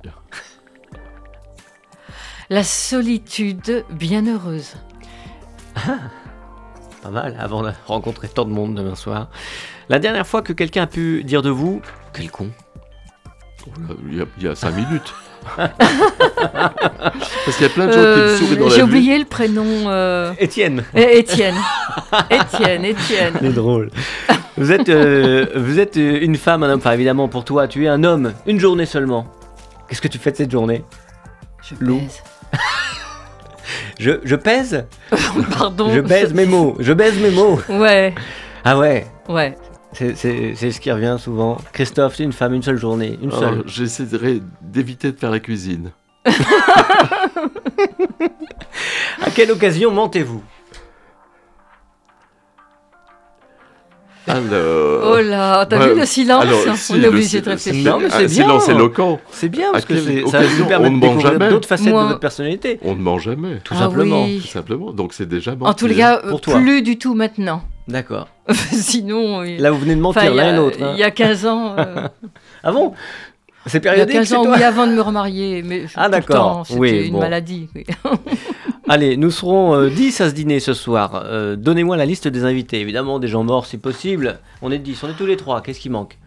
La solitude bienheureuse. Pas mal, avant de rencontrer tant de monde demain soir. La dernière fois que quelqu'un a pu dire de vous, quel con? Il y a 5 minutes. Parce qu'il y a plein de gens qui me sourient dans la J'ai vue. oublié le prénom. Étienne. Étienne. Étienne. C'est drôle. Vous êtes une femme, un homme. Enfin, évidemment, pour toi, tu es un homme. Une journée seulement. Qu'est-ce que tu fais de cette journée? Je Lou. baise. Je pèse. Pardon. Je baise mes mots. Je baise mes mots. Ouais. Ah ouais. Ouais. C'est ce qui revient souvent. Christophe, c'est une femme, une seule journée. Une seule. J'essaierai d'éviter de faire la cuisine. À quelle occasion mentez-vous? Alors... Oh là, t'as ouais, vu le silence? alors, si, On est le obligé si- de réfléchir. Non, mais c'est un bien. silence éloquent. C'est bien parce À que quelle ça nous occasion permet on de ne ment découvrir jamais. d'autres facettes Moi- de votre personnalité. On ne ment jamais, Tout Ah simplement. oui. tout simplement. Donc c'est déjà menti. En tous les cas, Pour toi. plus du tout maintenant. D'accord. Sinon, Là, vous venez de mentir enfin, l'un et l'autre. hein. il y a 15 ans. Ah bon? C'est Il y a périodique 15 chez ans, toi? oui, avant de me remarier. Mais Ah, tout le d'accord. temps, c'était Oui, une bon. maladie. Oui. Allez, nous serons 10 à ce dîner ce soir. Donnez-moi la liste des invités. Évidemment, des gens morts si possible. On est 10, on est tous les 3. Qu'est-ce qui manque?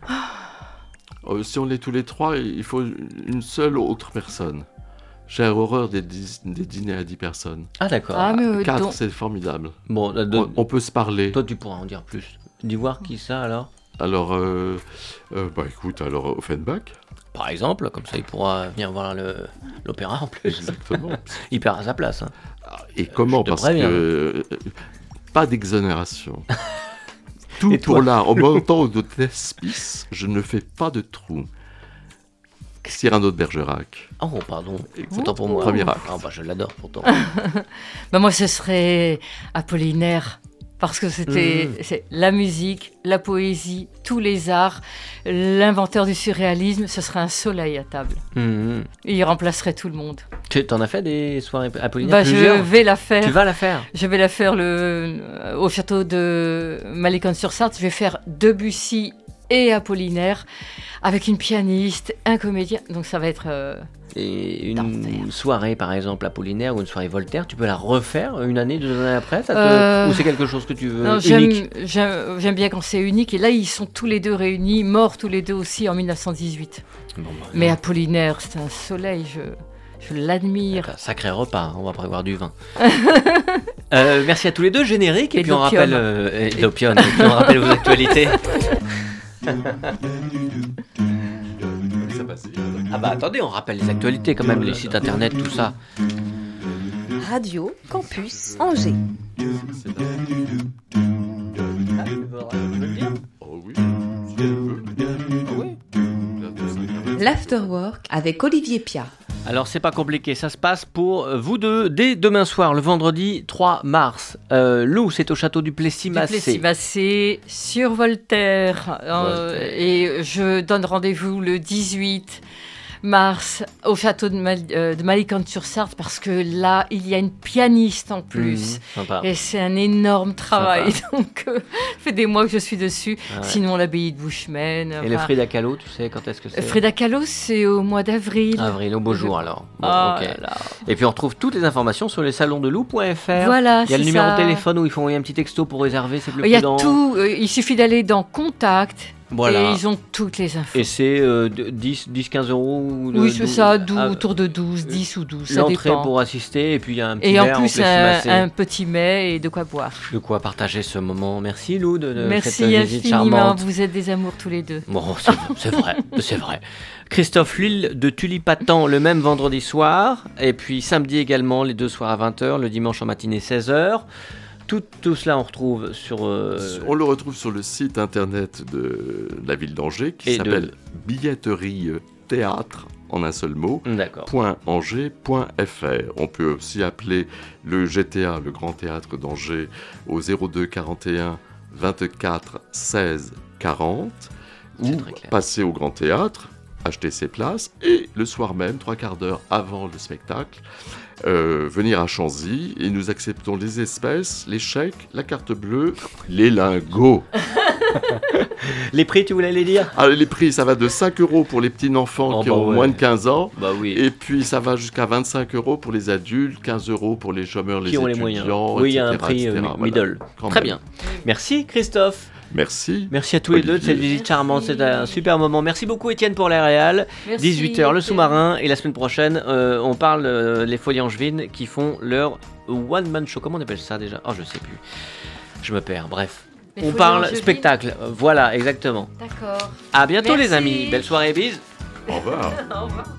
Si on est tous les trois, il faut une seule autre personne. J'ai horreur des dîners à 10 personnes. Ah d'accord. Ah, mais 4, donc- c'est formidable. Bon, On peut se parler. toi tu pourras en dire plus. D'Ivoire, qui ça alors? Alors, bah écoute, alors Offenbach, Par exemple, comme ça il pourra venir voir l'opéra en plus. exactement. Il perd à sa place. Hein. Et comment? Je te Parce préviens. que pas d'exonération. Tout Et toi pour l'art. En montant au Thespis, je ne fais pas de trou. Cyrano de Bergerac. Oh pardon, autant pour moi. Premier acte. Ah bah je l'adore pourtant. Bah, moi, ce serait Apollinaire. Parce que c'est la musique, la poésie, tous les arts, l'inventeur du surréalisme, ce serait un soleil à table. Mhm. Et il remplacerait tout le monde. Tu t'en as fait des soirées Apollinaire? Bah, je Plusieurs. vais la faire. Tu vas la faire? Je vais la faire au château de Malicorne-sur-Sarthe. Je vais faire Debussy et Apollinaire avec une pianiste, un comédien. Donc ça va être... Et une D'enfer. soirée par exemple Apollinaire ou une soirée Voltaire, tu peux la refaire une année, 2 années après Euh, ou c'est quelque chose que tu veux non, unique? j'aime bien quand c'est unique. Et là, ils sont tous les deux réunis, morts tous les deux aussi en 1918. Bon, bah, Mais Apollinaire, c'est un soleil, je l'admire. un sacré repas, on va prévoir du vin. Merci à tous les deux, générique, et Et puis on d'opium. rappelle et de l'opium, et puis on rappelle vos actualités. Ça passe. Ah bah attendez, on rappelle les actualités quand même, les sites internet, tout ça. Radio Campus Angers. Oh oui, si tu veux. L'Afterwork avec Olivier Piat. Alors c'est pas compliqué, ça se passe pour vous deux dès demain soir, le vendredi 3 mars. Lou, c'est au château du Plessis-Massé. Plessis-Massé sur Voltaire. Voltaire. Et je donne rendez-vous le 18 mars au château de Malicorne-sur-Sarthe parce que là, il y a une pianiste en plus. Sympa. Et c'est un énorme travail. Donc, ça fait des mois que je suis dessus. Ah ouais. Sinon, l'abbaye de Buchmen. Et le Frida Kahlo, tu sais quand est-ce que c'est? Frida Kahlo, c'est au mois d'avril. Avril, au beau jour alors. Bon, Ah ok. là là. Et puis on retrouve toutes les informations sur les salonsdelou.fr. Voilà, Il y a le c'est numéro ça. de téléphone où il faut envoyer un petit texto pour réserver, c'est plus Il y a prudent. tout. Il suffit d'aller dans Contact. Voilà. Et ils ont toutes les infos. Et c'est 10-15 euros ou Oui, c'est ça, ah, autour de 12, 10 ou 12, ça l'entrée dépend. pour assister, et puis il y a un petit Et en verre plus, Plessis-Massé. un petit mets et de quoi boire. De quoi partager ce moment. Merci Lou de cette Merci visite infiniment, charmante. vous êtes des amours tous les deux. Bon, c'est vrai, c'est vrai. Christophe Lille de Tulipatan le même vendredi soir, et puis samedi également, les 2 soirs à 20h, le dimanche en matinée 16h. Tout cela on retrouve sur... On le retrouve sur le site internet de la ville d'Angers qui Et s'appelle billetterie théâtre en un seul mot. D'accord. .angers.fr. On peut aussi appeler le GTA, le Grand Théâtre d'Angers, au 02 41 24 16 40 C'est ou très clair. passer au Grand Théâtre, acheter ses places et le soir même, 3/4 d'heure avant le spectacle, venir à Chanzy et nous acceptons les espèces, les chèques, la carte bleue, les lingots. Les prix, tu voulais les dire? Alors, les prix, ça va de 5 € pour les petits-enfants qui ont ouais. moins de 15 ans. Bah oui. Et puis, ça va jusqu'à 25 € pour les adultes, 15 € pour les chômeurs, les Qui ont les étudiants, moyens. Oui, il y a un etc., prix etc. middle. Quand Très même. bien. Merci Christophe. Merci. Merci à tous les deux de cette visite charmante. C'était un super moment. Merci beaucoup Étienne pour les réals. Merci, 18h, le Étienne. sous-marin. Et la semaine prochaine, on parle les Folies Angevines qui font leur one-man show. Comment on appelle ça déjà? Oh, je sais plus. Je me perds. Bref. Les On Folies parle Angevines. spectacle. Voilà, exactement. D'accord. À bientôt les Merci. amis. Belle soirée, bise. Au revoir. Au revoir.